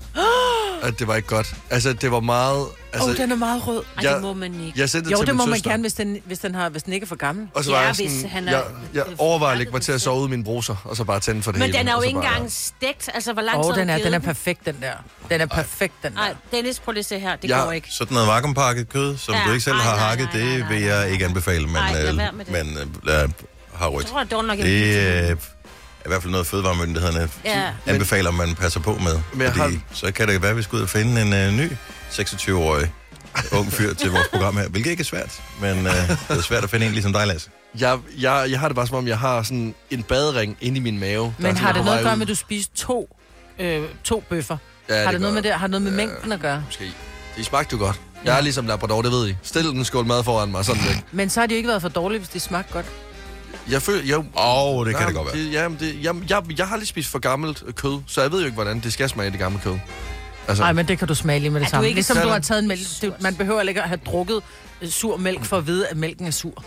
At det var ikke godt. Altså, det var meget... Altså, Åh, oh, den er meget rød. Ej, det må man ikke. Jeg sendte jo, til det må man søster. gerne, hvis den, hvis, den har, hvis den ikke er for gammel. Og så ja, var jeg hvis sådan, han er... jeg, jeg overvejer at lægge mig til at sove ude i min bruser, og så bare tænde for det Men hele. den er jo og så ikke bare- engang stegt. Altså, hvor lang Åh, tid oh, den er, har den er givet perfekt, den der. Den er perfekt, den der. Nej, Dennis, prøv lige at se her. Det Ja. går ikke. Sådan noget vakuumpakket kød, som Ja, du ikke selv ej, har nej, hakket, nej, nej, det nej, vil jeg ikke anbefale, men, Ej, lad øh, være med det. men øh, lad, har rødt. Jeg tror, at det var nok Det øh, er i hvert fald noget, fødevaremyndighederne Ja. anbefaler, man passer på med. Men jeg Fordi har- så kan det være, at vi skal ud og finde en uh, ny seksogtyve-årig ung fyr til vores program her. Hvilket ikke er svært, men uh, det er svært at finde en ligesom dig, Lasse. Jeg, jeg, jeg har det bare som om, jeg har sådan en badering inde i min mave. der Men er har sådan det på noget vej at gøre ud. med, at du spiser to, øh, to bøffer? Ja, har det det noget gør med det? Har det noget med Ja. mængden at gøre? Måske. De smagte jo godt. Jeg er ligesom Labrador, det ved I. Stil den skål mad foran mig, sådan væk. Men så har de jo ikke været for dårlige, hvis de smagte godt. Jeg føler... Jeg, Åh, oh, det kan det godt være. Det, jamen, det, jeg, jeg, jeg har lige spist for gammelt øh, kød, så jeg ved jo ikke, hvordan det skal smage, det gamle kød. Altså, Nej, men det kan du smage lige med det Er du samme. ikke Ligesom sådan- du har taget en mælk. Det, man behøver ikke at have drukket øh, sur mælk for at vide, at mælken er sur.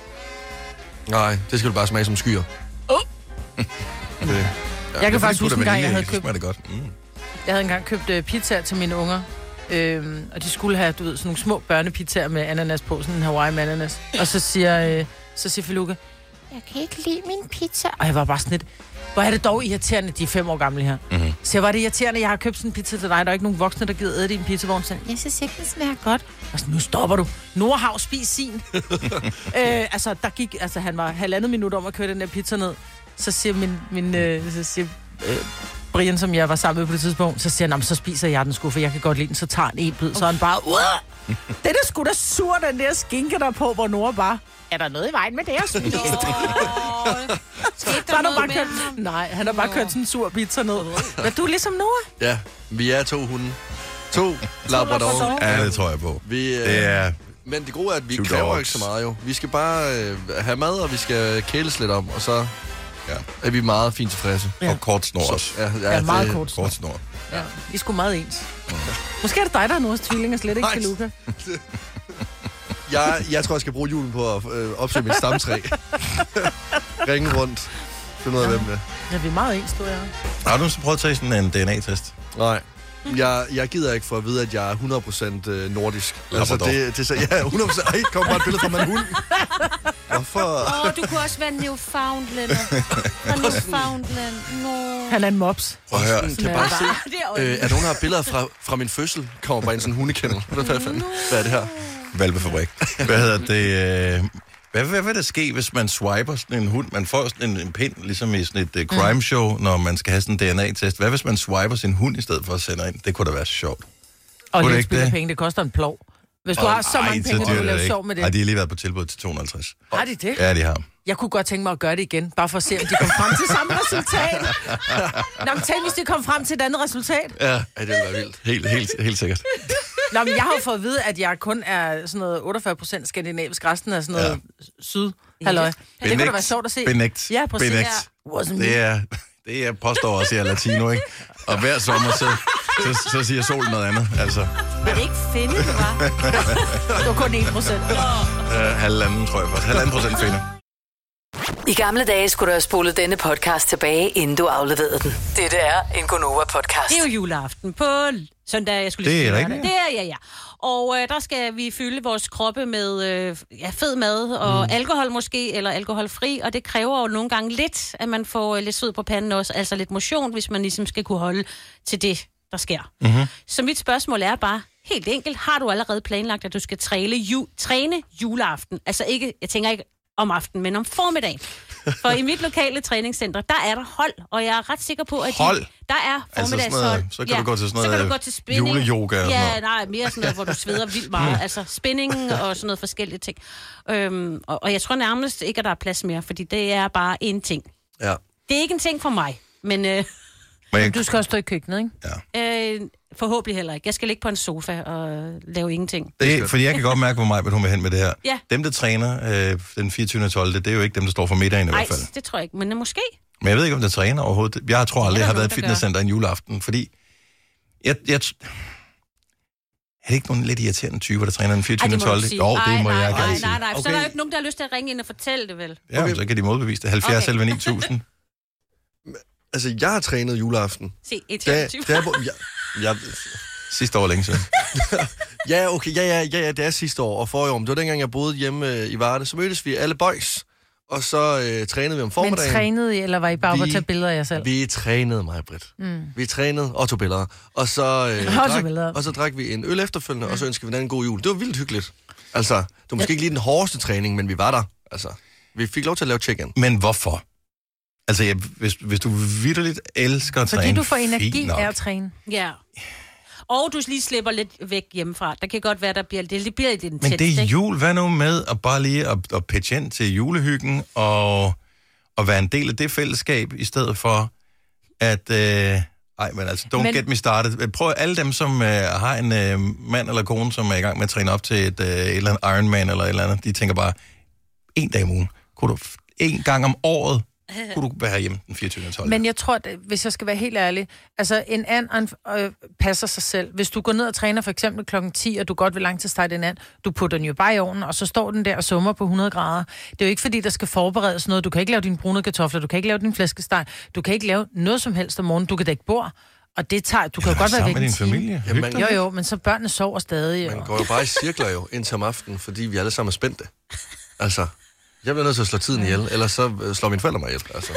nej, det skal du bare smage som skyer. Oh. Det, ja. Jeg kan faktisk Putter huske en gang, vanilje jeg i, havde så købt, smager det godt. Mm. jeg havde engang købt øh, pizza til mine unger. Øhm, og de skulle have, du ved, sådan nogle små børnepizzaer med ananas på, sådan en Hawaii med ananas. Og så siger, øh, så siger Filuka, jeg kan ikke lide min pizza. Og jeg var bare sådan lidt, hvor er det dog irriterende, de er fem år gamle her. Mm-hmm. Så jeg var det irriterende, jeg har købt sådan en pizza til dig, der er ikke nogen voksne, der gider æde det i en pizzavogn. Så jeg synes ikke, det smager godt. Og så nu stopper du. Nora har jo spist sin. øh, altså, der gik, altså, han var halvandet minut om at køre den der pizza ned. Så siger min, min øh, så siger, øh, Brian, som jeg var sammen med på det tidspunkt, så siger han, så spiser jeg den sgu, for jeg kan godt lide den, så tager han en bid. Så er han bare, Uah! Det er da sgu da sur, den der skinke der på, hvor Nora bare, er der noget i vejen med det, jeg spiste? Så han har bare kørt, nej, han har bare kørt sådan en sur pizza ned. Men du er ligesom Nora. ja, vi er to hunde. To Labrador. Ja, det tror jeg på. Vi, øh, Det er... Men det gode er, at vi Two kræver dogs. ikke så meget jo. Vi skal bare øh, have mad, og vi skal kæles lidt om, og så Ja. er vi meget fint tilfredse. Ja. Og kort snor også. Ja, Ja, meget det- kort. Kort snor. Ja, I er sgu meget ens. Måske er det dig, der er Noras tvilling, og slet ikke Nej. til Luca. Jeg, jeg tror, jeg skal bruge julen på at øh, opsøge mit stamtræ. Ringe rundt. Finde ud af, hvem det er. Ja, vi er meget ens, du og jeg. Har du så prøvet at tage sådan en D N A-test? Nej. Jeg, jeg gider ikke for at vide, at jeg er hundrede procent øh, nordisk. Altså, Labrador. det, det, så, ja, hundrede procent. Ej, kom bare et billede fra min hund. Hvorfor? Åh, oh, du kunne også være Newfoundlander. Fra Newfoundland. No. Han er en mops. Prøv at høre. Sådan, kan bare se. Øh, er nogen, der har billeder fra, fra min fødsel? Kommer bare ind sådan en hundekendel. Hvad, hvad, fanden? Hvad er det her? Valpefabrik. Hvad hedder det? Øh, hvad, hvad vil der ske, hvis man swiper sådan en hund? Man får sådan en, en pind, ligesom i sådan et uh, crime show, når man skal have sådan en D N A-test. Hvad hvis man swiper sin hund i stedet for at sende ind? Det kunne da være sjovt. Og Kunne det lidt ikke spil af det? penge, det koster en plov. Hvis du Og har så mange ej, penge, dyrt så er du det lave ikke. sjov med det. Ej, de har lige været på tilbud til to hundrede og halvtreds. Har de det? Ja, de har. Jeg kunne godt tænke mig at gøre det igen, bare for at se, om de kom frem til samme resultat. Nå, men tænk, hvis de kom frem til et andet resultat. Ja, ja det ville være vildt. Helt, helt, helt sikkert. Nå, men jeg har jo fået at vide, at jeg kun er sådan noget otteogfyrre procent skandinavisk, resten er sådan noget ja. syd. Halløj. Det kunne da være sjovt at se. Benægt. Ja, præcis. Benægt. Ja. Det er, det er, påstår også, at jeg er latino, ikke? Og hver sommer, så, så, så siger solen noget andet. Altså. Var det ikke finde, det var? Det var kun en procent. Uh, halvanden, tror jeg faktisk. Halvanden procent finde. I gamle dage skulle du have spolet denne podcast tilbage, inden du afleverede den. Dette er en Gonova-podcast. Det er jo juleaften på søndag, jeg skulle lige Det er sige rigtigt, det. Det er, ja, ja. Og øh, der skal vi fylde vores kroppe med øh, ja, fed mad og mm. alkohol måske, eller alkoholfri, og det kræver jo nogle gange lidt, at man får øh, lidt sved på panden også, altså lidt motion, hvis man ligesom skal kunne holde til det, der sker. Mm-hmm. Så mit spørgsmål er bare, helt enkelt, har du allerede planlagt, at du skal træne, ju- træne juleaften? Altså ikke, jeg tænker ikke om aftenen, men om formiddagen. For i mit lokale træningscenter, der er der hold, og jeg er ret sikker på, at de, hold? der er formiddagshold. Altså så kan ja, du gå til sådan noget, så kan du gå til spinning. Juleyoga. Ja, nej, mere sådan noget, hvor du sveder vildt meget. Altså spinning og sådan noget forskellige ting. Øhm, og, og jeg tror nærmest ikke, at der er plads mere, fordi det er bare en ting. Ja. Det er ikke en ting for mig, men... Øh, men du skal også stå i køkkenet, ikke? Ja. Øh, forhåbentlig heller ikke. Jeg skal ligge på en sofa og lave ingenting. Det, fordi jeg kan godt mærke, hvor meget hun vil hen med det her. Ja. Dem, der træner øh, den fireogtyvende tolvte det er jo ikke dem, der står for middagen i Ej, hvert fald. det tror jeg ikke, men uh, måske. Men jeg ved ikke, om der træner overhovedet. Jeg tror aldrig, jeg har været i et fitnesscenter en juleaften, fordi... Jeg, jeg, er det ikke nogen lidt irriterende typer, der træner den fireogtyvende tolvte? Jo, det må nej, jeg nej, gerne nej, sige. nej, nej. Okay. Så er der jo ikke nogen, der har lyst til at ringe ind og fortælle det, vel? Ja, okay. Så kan de modbevise det. halvfjerds okay. Eller ni tusind. Altså, jeg har trænet juleaften. Se, et femogtyve. Da, da, jeg, jeg, sidste år længe siden. ja, okay, ja, ja, ja, ja, det er sidste år og forrige år. Det var dengang, jeg boede hjemme øh, i Varde. Så mødtes vi alle boys, og så øh, trænede vi om formiddagen. Men trænede I, eller var I bare på at tage billeder af jer selv? Vi trænede mig, Britt. Mm. Vi trænede og tog billeder. Og så, øh, drak, og så drak vi en øl efterfølgende, mm. og så ønskede vi den en god jul. Det var vildt hyggeligt. Altså, det var måske ja. ikke lige den hårdeste træning, men vi var der. Altså, vi fik lov til at lave check-in. Men hvorfor? Altså, jeg, hvis, hvis du vitterligt elsker at træne... Fordi du får energi af at træne. Ja. Og du lige slipper lidt væk hjemmefra. Der kan godt være, der bliver det, det bliver lidt intens. Men det er jul. Hvad nu med at bare lige at, at pitche ind til julehyggen og, og være en del af det fællesskab, i stedet for at... Øh, ej, men altså, don't men... get me started. Prøv alle dem, som øh, har en øh, mand eller kone, som er i gang med at træne op til et, øh, et eller andet Ironman eller et eller andet, de tænker bare, en dag om ugen. Kunne du en gang om året kunne du være hjemme den fireogtyvende tolvte Men jeg tror, at, hvis jeg skal være helt ærlig, altså en and øh, passer sig selv. Hvis du går ned og træner for eksempel klokken ti, og du godt vil langt til starte en and, du putter den jo bare i ovnen, og så står den der og summer på hundrede grader. Det er jo ikke fordi, der skal forberedes noget. Du kan ikke lave dine brune kartofler, du kan ikke lave din flæskesteg, du kan ikke lave noget som helst om morgenen. Du kan dække bord, og det tager, du kan jo godt være væk med din familie. Jamen, jo jo, men så børnene sover stadig. Man går jo bare i cirkler jo indtil om aftenen, fordi vi alle sammen er spændte. Altså... Jeg bliver nødt til at slå tiden ihjel, ellers så slår mine forældre mig ihjel. Altså.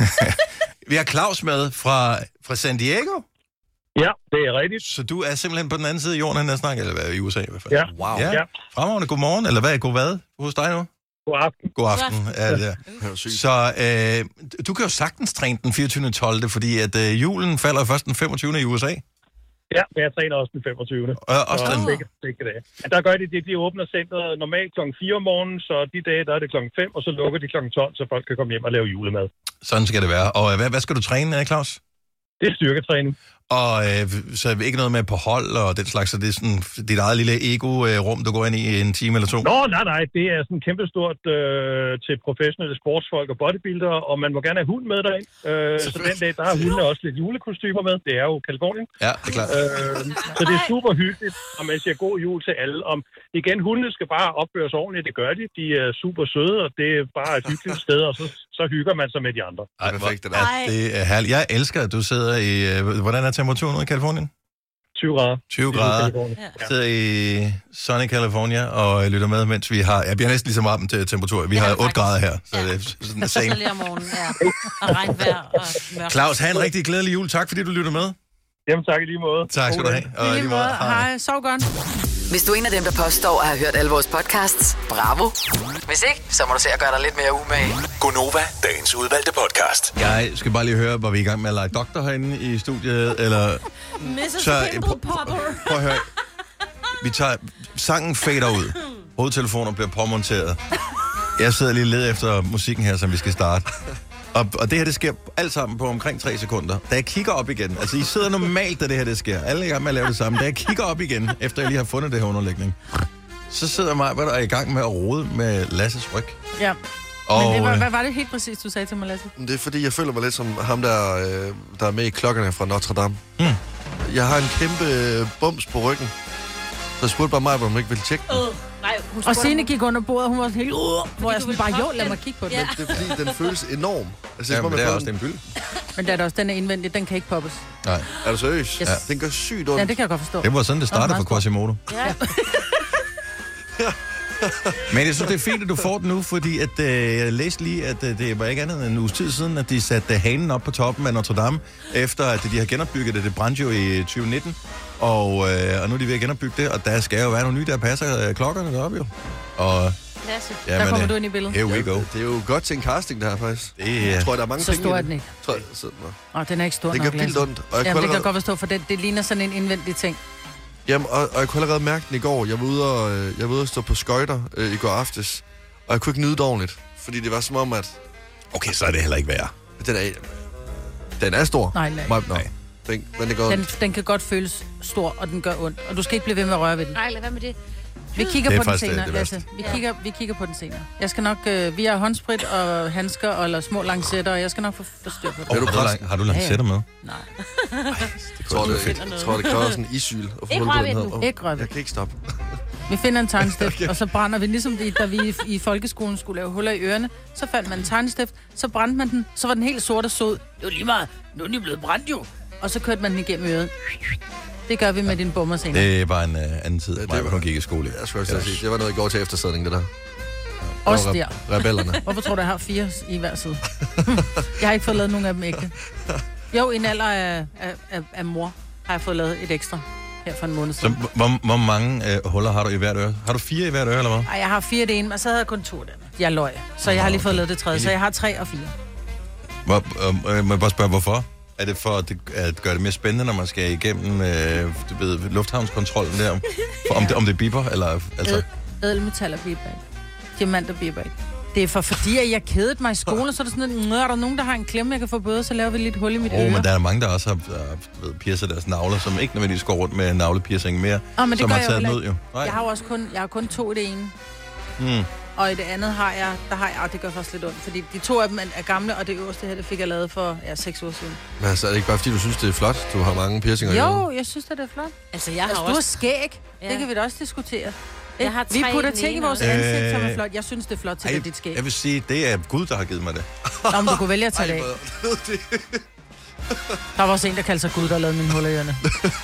Vi har Claus med fra, fra San Diego. Ja, det er rigtigt. Så du er simpelthen på den anden side af jorden, han er snakket, eller hvad, i U S A i hvert fald? Ja. Wow. Ja. Ja. Fremragende, godmorgen, eller hvad, god hvad hos dig nu? God aften. God aften, ja, det er. Så øh, du kan jo sagtens træne den fireogtyvende tolvte fordi at øh, julen falder først den femogtyvende i U S A. Ja, men jeg træner også den femogtyvende Og også den? Begge, begge dage. Men der gør de det, de åbner centret normalt klokken fire om morgenen, så de dage, der er det klokken fem, og så lukker de klokken tolv, så folk kan komme hjem og lave julemad. Sådan skal det være. Og hvad, hvad skal du træne, Claus? Det er styrketræning. Og øh, så ikke noget med på hold og den slags, så det er sådan dit eget lille ego-rum, du går ind i en time eller to? Nå, nej, nej, det er sådan kæmpestort øh, til professionelle sportsfolk og bodybuildere, og man må gerne have hund med derind. Øh, så den dag, der har hundene også lidt julekostymer med. Det er jo Kalifornien. Ja, det er klart. Øh, så det er super hyggeligt, og man siger god jul til alle. Om, igen, hundene skal bare opføre sig ordentligt, det gør de. De er super søde, og det er bare et hyggeligt sted, og så, så hygger man sig med de andre. Ej, perfekt, det, er, det er herligt. Jeg elsker, at du sidder i... Øh, hvordan er temperaturen ude i Kalifornien? tyve grader. tyve grader. Jeg sidder i sunny California og lytter med, mens vi har... Jeg bliver næsten lige så meget til temperatur. Vi ja, har otte grader her, så ja. Det er sådan same. Så lige om morgenen, ja. Og regnvejr og mørkt. Claus, have en rigtig glædelig jul. Tak, fordi du lytter med. Jamen, tak i lige måde. Tak skal du have. Og i lige måde. Hej, sov godt. Hvis du er en af dem, der påstår at have hørt alle vores podcasts, bravo. Hvis ikke, så må du se at gøre dig lidt mere umage. Gonova, dagens udvalgte podcast. Jeg skal bare lige høre, var vi i gang med at lege doktor herinde i studiet, eller... missus Så, Pimple Popper. Prøv at høre. Vi tager... Sangen fader ud. Hovedtelefoner bliver påmonteret. Jeg sidder lige og leder efter musikken her, som vi skal starte. Og, og det her, det sker alt sammen på omkring tre sekunder. Da jeg kigger op igen, altså I sidder normalt, da det her det sker. Alle er i gang med at lave det samme. Da jeg kigger op igen, efter jeg lige har fundet det her underlægning, så sidder mig, hvad der er i gang med at rode med Lasses ryg. Ja. Og, Men det var, hvad var det helt præcis, du sagde til mig, Lasse? Det er fordi, jeg føler mig lidt som ham, der, øh, der er med i klokkerne fra Notre Dame. Hmm. Jeg har en kæmpe øh, bums på ryggen. Så jeg spurgte bare mig, om hun ikke ville tjekke den. Øh, nej, hun Og spurgte Signe mig- gik under bordet, hun var sådan helt... Uh, hvor jeg du sådan vil bare, jo, proppe lad den. mig kigge på den. Ja. Det er fordi, den føles enorm. Altså, Ja, som om men det jeg er får også den- en byld. Men der er der også, den er indvendig, den kan ikke poppes. Nej. Er du seriøs? Yes. Ja. Den gør sygt ondt. Ja, det kan jeg godt forstå. Det var sådan, det startede for Quasimodo. Ja. Men jeg synes, det er fint, at du får den nu, fordi at, øh, jeg læste lige, at øh, det var ikke andet end en uges tid siden, at de satte øh, hanen op på toppen af Notre Dame, efter at de har genopbygget det. Det brændte jo i tyve nitten, og, øh, og nu er de ved at genopbygge det, og der skal jo være nogle nye, der passer øh, klokkerne deroppe jo. Og, Lasse. ja, Der men, kommer øh, du ind i billedet. Here we go. Det er jo godt til en casting, der her faktisk. Det, øh, Jeg tror, der er mange Så penge stor i er det. den ikke. Tror jeg, så, nå. Åh, den er ikke stor Det nok, gør vildt Lasse. ondt, og jeg Jamen, kunne det kan jeg allerede- godt forstå, for det, det ligner sådan en indvendig ting. Jamen, og, og jeg kunne allerede mærke den i går. Jeg var ude og, øh, jeg var ude og stå på skøjter øh, i går aftes, og jeg kunne ikke nyde det ordentligt. Fordi det var som om, at... Okay, så er det heller ikke værre. Den er, den er stor. Nej, nej. Nej. nej. Den, men det går Den, den kan godt føles stor, og den gør ondt. Og du skal ikke blive ved med at røre ved den. Nej, lad være med det. Vi kigger Det er på den faktisk det- senere, det Lasse. værste. Vi, Ja. kigger, vi kigger på den senere. Jeg skal nok... Øh, vi har håndsprit og handsker og eller små lancetter, og jeg skal nok få, få styr på det. Oh, har, du lang, har du lancetter med? Nej. Jeg tror, det, fedt. jeg tror, det kræver sådan en isyl. at få Ikke hul på rør den ved her. den. Åh, Ikke rør ved Jeg kan ikke stoppe. Vi finder en tegnstift, okay. Og så brænder vi, ligesom det, da vi i, i folkeskolen skulle lave huller i ørerne. Så fandt man en tegnstift, så brændte man den, så var den helt sort og sød. Det var lige meget, nu er den jo blevet brændt jo. Og så kørte man den igennem øret. Det gør vi med din bummer senere. Det var en uh, anden tid, det mig, var- hun gik i skole. Jeg skulle også sige, det var noget, i går til eftersædning, det der. Også Det der. var re- Rebellerne. Hvorfor tror du, jeg har fire i hver side? Jeg har ikke fået lavet nogen af dem ægte. Jo, i en alder af, af, af, af mor har jeg fået lavet et ekstra her for en måned Så siden. hvor, hvor mange uh, huller har du i hvert øre? Har du fire i hvert øre, eller hvad? Ej, jeg har fire det ene, og så havde jeg kun to af dem. Jeg løg. Så jeg har lige fået lavet det tredje, så jeg har tre og fire. Hvor, øh, øh, må jeg bare spørge, hvorfor? Er det for at, det, at gøre det mere spændende, når man skal igennem øh, du ved, lufthavnskontrollen der? For, om, det, om det biber, eller... Altså, Ædelmetaller biber ikke. Diamanter biber ikke. Det er for, fordi at jeg kedede mig i skolen, så er der sådan noget, "Nå, er der nogen, der har en klemme, jeg kan få bøde, så laver vi lidt hul i mit oh, øre. men der er mange, der også har uh, ved, piercet deres navler, som ikke nødvendigvis går rundt med navlepiercing mere, Åh, men det som gør har jeg jo taget heller den ud, ikke. jo. Nej. Jeg har jo også kun, jeg har kun to i det ene. Hmm. Og i det andet har jeg, der har jeg, og det gør faktisk lidt ondt, fordi de to af dem er gamle, og det øverste her, det fik jeg lavet for ja, seks uger siden. Men altså, er det ikke bare fordi, du synes, det er flot? Du har mange piercinger i Jo, øret? jeg synes, det er flot. Altså, jeg har Altså, du også... har skæg. Ja. Det kan vi da også diskutere. Jeg har Vi tre putter i den ting i ene vores også. ansigt, som er Øh, flot. Jeg synes, det er flot til Ej, det, dit skæg. jeg vil sige, det er Gud, der har givet mig det. Nå, men du kunne vælge at tage det af. Der var også en, der kaldte sig Gud, der lavede mine huller i ørerne.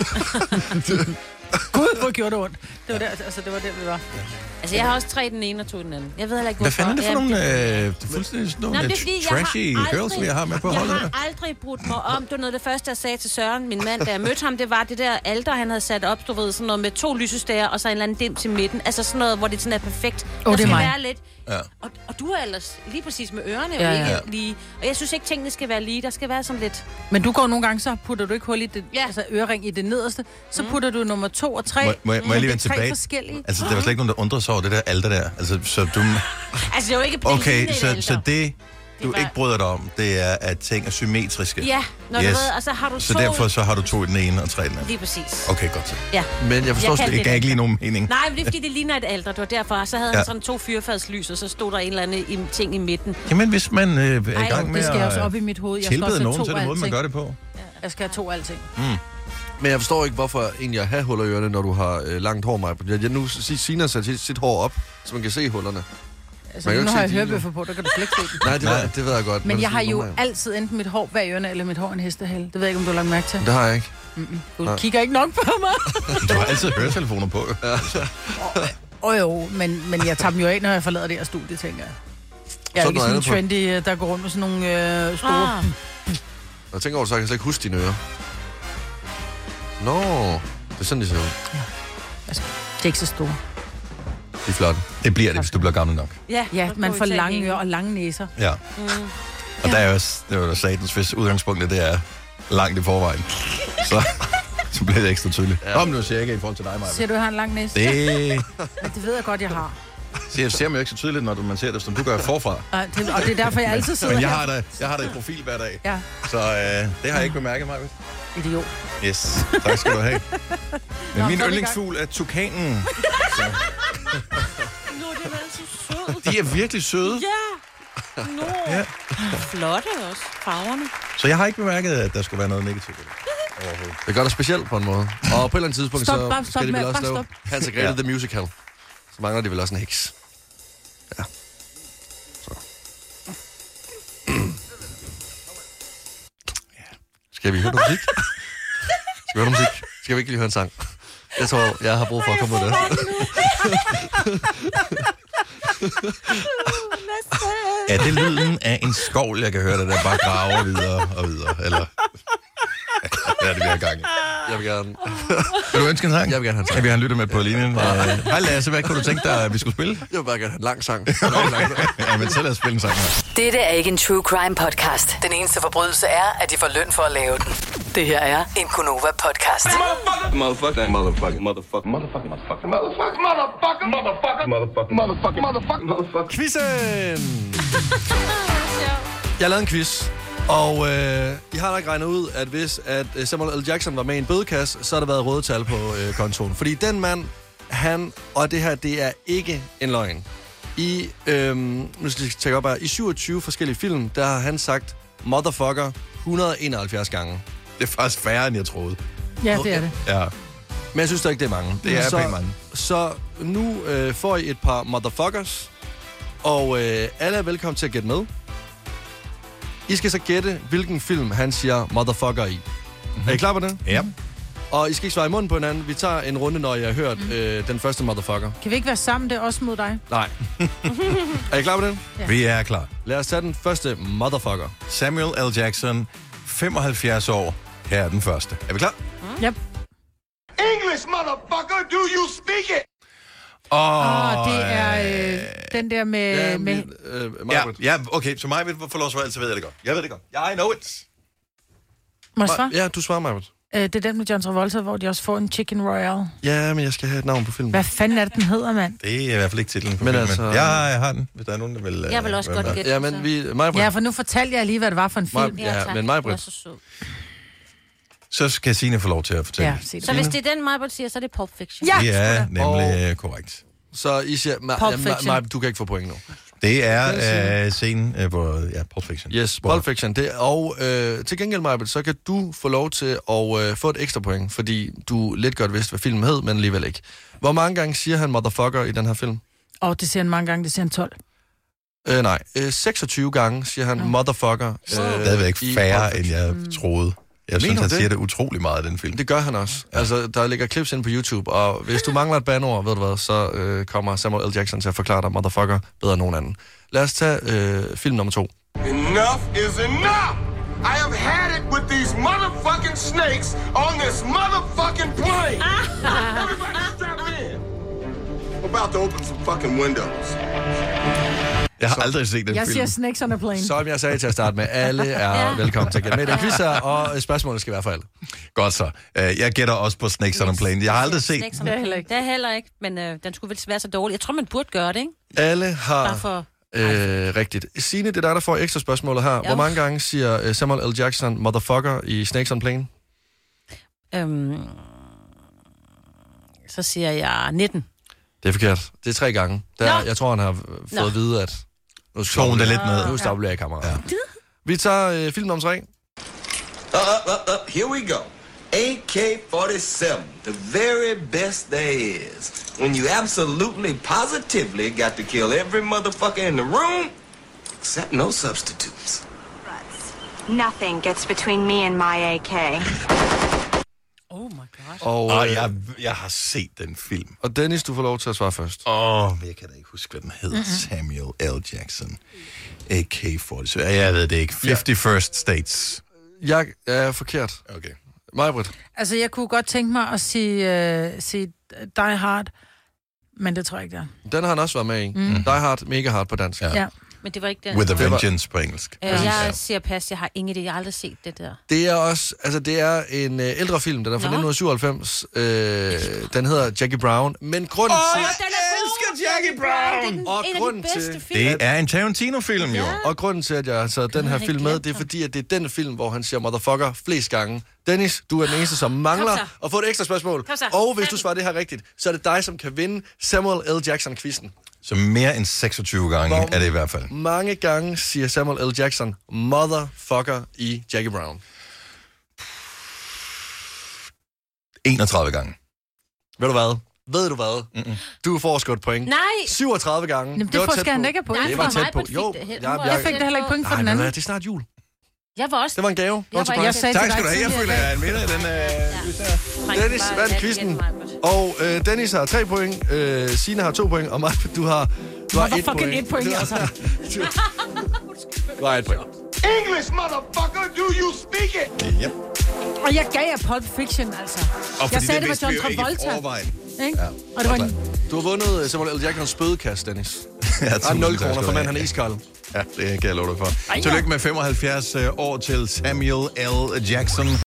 Gud, hvor gjorde det ondt. Det var der, altså, det var der, vi var. Altså, jeg har også tre i den ene og to i den anden. Jeg ved heller ikke, Hvad hvorfor. fanden er det for Jamen, nogle øh, det er fuldstændig sådan Nå, nogle det er øh, fordi, jeg har trashy aldrig- girls, vi har med på Jeg holdet her? har aldrig brudt mig om. Det var noget af det første, jeg sagde til Søren, min mand, da jeg mødte ham. Det var det der alter, han havde sat op, du ved, sådan noget med to lysestager og så en eller anden dims i midten. Altså sådan noget, hvor det sådan er perfekt. Åh, Der det er skal mig. være lidt. Ja. Og, og du er ellers lige præcis med ørerne jo Ja, ikke ja. lige. Og jeg synes ikke, tingene skal være lige. Der skal være sådan lidt... Men du går nogle gange, så putter du ikke hul i det, Ja. altså ørering i det nederste. Så putter du nummer to og tre. Må, må, jeg- må jeg lige Det er vende tre tilbage? forskellige. Altså, der var slet ikke nogen, der undrede sig over det der alter der. Altså, så du... Altså, det er jo ikke... det Okay, ligner et så, alter. så det, du var- ikke bryder dig om, det er, at ting er symmetriske. Ja, når du ved, og så har du Så to- derfor så har du to i den ene og tre i den anden. Lige præcis. Okay, godt så. Ja. Men jeg forstår Jeg slet kan Det gav ikke lige nogen mening. Nej, men det er fordi, det ligner et alter. Det var derfor. Så havde Ja. han sådan to fyrfadslys, og så stod der en eller anden i- ting i midten. Jamen, hvis man øh, er i Ej, gang med Det skal jeg at også op i mit hoved. Jeg skal også tilbede have nogen, to så er det af måden, man alting. gør det på. Jeg skal have to af alting. Mm. Men jeg forstår ikke, hvorfor egentlig at have huller i ørerne, når du har øh, langt hår, Maja. Jeg, jeg nu siger Sina sat sit, sit hår op, så man kan se hullerne. Altså, Man kan jo nu ikke har jeg se dine. hørebøffer på, der kan du slet ikke se dem. Nej, det, ved, det ved jeg godt. Men det jeg er har sådan jo nogle af- altid enten mit hår bag ørerne, eller mit hår en hestehale. Det ved jeg ikke, om du har lagt mærke til. Det har jeg ikke. Mm-mm. Du Nej. kigger ikke nok på mig. Du har altid høretelefoner på. jo. Ja. Åh oh, jo, men, men jeg tager dem jo af, når jeg forlader det her studie, tænker jeg. Jeg er Så ikke noget sådan en andet på. trendy, øh, der går rundt med sådan nogle øh, store... Ah. Jeg tænker over, så jeg kan slet ikke huske dine ører. Nå, det er sådan, de ser ud. Altså, det er ikke så store. De er flotte. Det bliver det, hvis du bliver gammel nok. Ja, Ja, så man får får vi tage lange en. ører og lange næser. Ja. Mm. Og der er jo også, det er jo satans, hvis udgangspunktet det er langt i forvejen. Så, så bliver det ekstra tydeligt. Ja. Kom nu, siger jeg ikke i forhold til dig, Maja. Ser du, jeg har en lang næse? Det, Ja, det ved jeg godt, jeg har. så jeg ser mig jo ikke så tydeligt, når du- man ser det, som du gør forfra. Og det, og det er derfor, jeg altid sidder Men jeg her. har dig, jeg har dig i profil hver dag. Ja, Så øh, det har jeg ikke bemærket, Maja. idiot. Yes, tak skal du have. Men Nå, min så er vi i yndlingsfugl er tukanen. Så. Nå, det var så sødt. De er virkelig søde. Ja. Nå. Ja. Flotte også. Farverne. Så jeg har ikke bemærket, at der skulle være noget negativt i det. Det gør det specielt på en måde. Og på et eller andet tidspunkt, Stop, så bare, stop skal de med- vel også bare lave stop. Hans og Grete Ja. The Musical. Så mangler de vel også en heks. Ja. Så. Skal vi høre noget musik? Skal vi høre noget musik? Skal vi ikke lige høre en sang? Jeg tror, jeg har brug for at komme ud af det. Er det lyden af en skovl, jeg kan høre, der, der bare graver videre og videre? Eller... Ja, det bliver i gang. Jeg vil gerne... Vil du ønske en sang? Jeg vil gerne have en sang. Jeg vil have lyttet med på linjen. Uh, Hej Lasse, hvad kunne du tænke dig, at vi skulle spille? Jeg vil bare gerne have en lang sang. Ja, men så lad os spille en sang her. Dette er ikke en true crime podcast. Den eneste forbrydelse er, at de får løn for at lave den. Det her er en Gonova podcast. Motherfucker, motherfucker, motherfucker, motherfucker, motherfucker, motherfucker, motherfucker, motherfucker, motherfucker, motherfucker, motherfucker, motherfucker. Quizzen! Jeg har lavet en quiz, og øh, I har nok regnet ud, at hvis at Samuel L. Jackson var med i en bødekasse, så har der været røde tal på øh, kontoen. Fordi den mand, han, og det her, det er ikke en løgn. I, øh, nu skal jeg tjekke op her, i syvogtyve forskellige film, der har han sagt motherfucker et hundrede og enoghalvfjerds gange. Det er faktisk færre, end jeg troede. Ja, det er det. Ja. Men jeg synes da ikke, det er mange. Det er så, pænt mange. Så nu øh, får I et par motherfuckers, og øh, alle er velkommen til at gætte med. I skal så gætte, hvilken film han siger motherfucker i. Mm-hmm. Er I klar på det? Ja. Og I skal ikke svare i munden på hinanden. Vi tager en runde, når jeg har hørt mm. øh, den første motherfucker. Kan vi ikke være sammen? Det er også mod dig. Nej. Er I klar på det? Ja. Vi er klar. Lad os tage den første motherfucker. Samuel L. Jackson, femoghalvfjerds år. Her er den første. Er vi klar? Mm. Yep. English, motherfucker, do you speak it? Åh, Oh, det er øh, den der med... Ja, med min, øh, ja, ja, okay, så mig vil få lov at svare, så ved jeg det godt. Jeg ved det godt. I know it. må jeg svare? Ja, du svarer mig. Øh, det er den med John Travolta, hvor de også får en Chicken Royale. Ja, men jeg skal have et navn på filmen. Hvad fanden er det, den hedder, mand? Det er i hvert fald ikke titlen på Men filmen. altså- Ja, jeg har den, hvis der er nogen, der vil... Jeg vil også godt gætte. Ja, men vi... Mig, Ja, for nu fortalte jeg lige, hvad det var for en film. Mig, ja, men mig, Britt. Så sød. Så skal Signe få lov til at fortælle. Ja, sig det. Så hvis det er den, Majbert siger, så er det Pulp Fiction. Ja! Det er nemlig Og- korrekt. Så I siger... Ma, Pulp ja, ma, Fiction. ma, du kan ikke få point nu. Det er øh, scenen, øh, hvor... Ja, Pulp Fiction. Yes, Hvor- Pulp Fiction. Det, og øh, til gengæld, Majbert, så kan du få lov til at øh, få et ekstra point, fordi du lidt godt vidste, hvad filmen hed, men alligevel ikke. Hvor mange gange siger han motherfucker i den her film? Og det siger han mange gange, det siger han tolv. Øh, nej, øh, seksogtyve gange siger han motherfucker. Øh, Stadigvæk i færre, Pulp end Fiction. jeg troede. Jeg Mener synes, du han det? siger det utrolig meget i den film. Det gør han også. Ja. Altså, der ligger clips inde på YouTube, og hvis du mangler et bandord, ved du hvad, så øh, kommer Samuel L. Jackson til at forklare dig motherfucker bedre end nogen anden. Lad os tage øh, film nummer to. Enough is enough! I have had it with these motherfucking snakes on this motherfucking plane! Everybody strap in! I'm about to open some fucking windows. Jeg har aldrig set den Jeg film. siger Snakes on a Plane. Som jeg sagde til at starte med, alle er ja. velkommen til at gætte med i den quiz her, og spørgsmålet skal være for alle. Godt så. Øh, Jeg gætter også på Snakes on a Plane. Jeg har aldrig set... Det er heller ikke. Det er heller ikke, men øh, den skulle vel være så dårlig. Jeg tror, man burde gøre det, ikke? Alle har Bare for... øh, rigtigt. Signe, det er dig, der får ekstra spørgsmålet her. Jo. Hvor mange gange siger øh, Samuel L. Jackson motherfucker i Snakes on a Plane? Øhm, så siger jeg nitten. Det er forkert. Det er tre gange. Der, Nå. jeg tror, han har fået Nå. at vide, at... Nu Tone det lidt ned. Nu stopper jeg i kameraet. Ja. Vi tager øh, film nummer tre. Uh, uh, uh, uh, here we go. A K forty-seven, the very best there is. When you absolutely, positively got to kill every motherfucker in the room, except no substitutes. Nothing gets between me and my A K. Oh my god. Og, Og øh, jeg, jeg har set den film. og Dennis, du får lov til at svare først. Åh, oh, jeg kan da ikke huske, hvad den hedder. Mm-hmm. Samuel L. Jackson. A K fyrre. Jeg ved det ikke. femoghalvfjerds States. Jeg er forkert. Okay. Majbrit. Altså, jeg kunne godt tænke mig at sige, uh, sige Die Hard, men det tror jeg ikke, det er. Den har han også været med i. Mm. Die Hard, mega hard på dansk. Ja. Ja. Men det var ikke den. With a Det var- Vengeance på engelsk. Øh, jeg siger pas, jeg har ingen idé. Jeg har aldrig set det der. Det er også, altså det er en øh, ældre film, den er fra Nå. nitten syvoghalvfems. Øh, den hedder Jackie Brown. Men grunden Åh, til... jeg elsker Jackie Brown! Det er Og en af grunden de bedste til- film. Det er en Tarantino-film, jo. Og grunden til, at jeg har taget den her havde film ikke med, glemt det er ham. fordi, at det er den film, hvor han siger motherfucker flest gange. Dennis, du er den eneste, som mangler Kom så. at få et ekstra spørgsmål. Kom så. Og hvis du Fem. svarer det her rigtigt, så er det dig, som kan vinde Samuel L. Jackson-quizzen. Så mere end seksogtyve gange Hvor er det i hvert fald. mange gange siger Samuel L. Jackson motherfucker i Jackie Brown? enogtredive gange. Ved du hvad? Ved du hvad? Mm-mm. Du får sgu et point. Nej. syvogtredive gange. Jamen, det får skal han ikke have point. Det var tæt på. Jo, jeg, jeg fik det heller ikke point for nej, den anden. Nej, det er snart jul. Jeg var også... Det var en gave. Jeg, var, jeg sagde tak til skal du have. Jeg føler, jeg er en vinder i den øh, ja. Dennis vandt quizzen. Og øh, Dennis har tre point. Øh, Signe har to point. Og Maja, du har, du har et point. et point, altså. Du har et point. English, motherfucker, do you speak it? Yep. Og jeg gav jer Pulp Fiction, altså. Og Jeg sagde, det, det var John Travolta. Ikke? Ja. Og det var en... Du har vundet Samuel L. Jacksons bødekast, Dennis. Ja, der er nul kroner for mand, han er iskold. Ja, det kan jeg love dig for. Tillykke med femoghalvfjerds år til Samuel L. Jackson.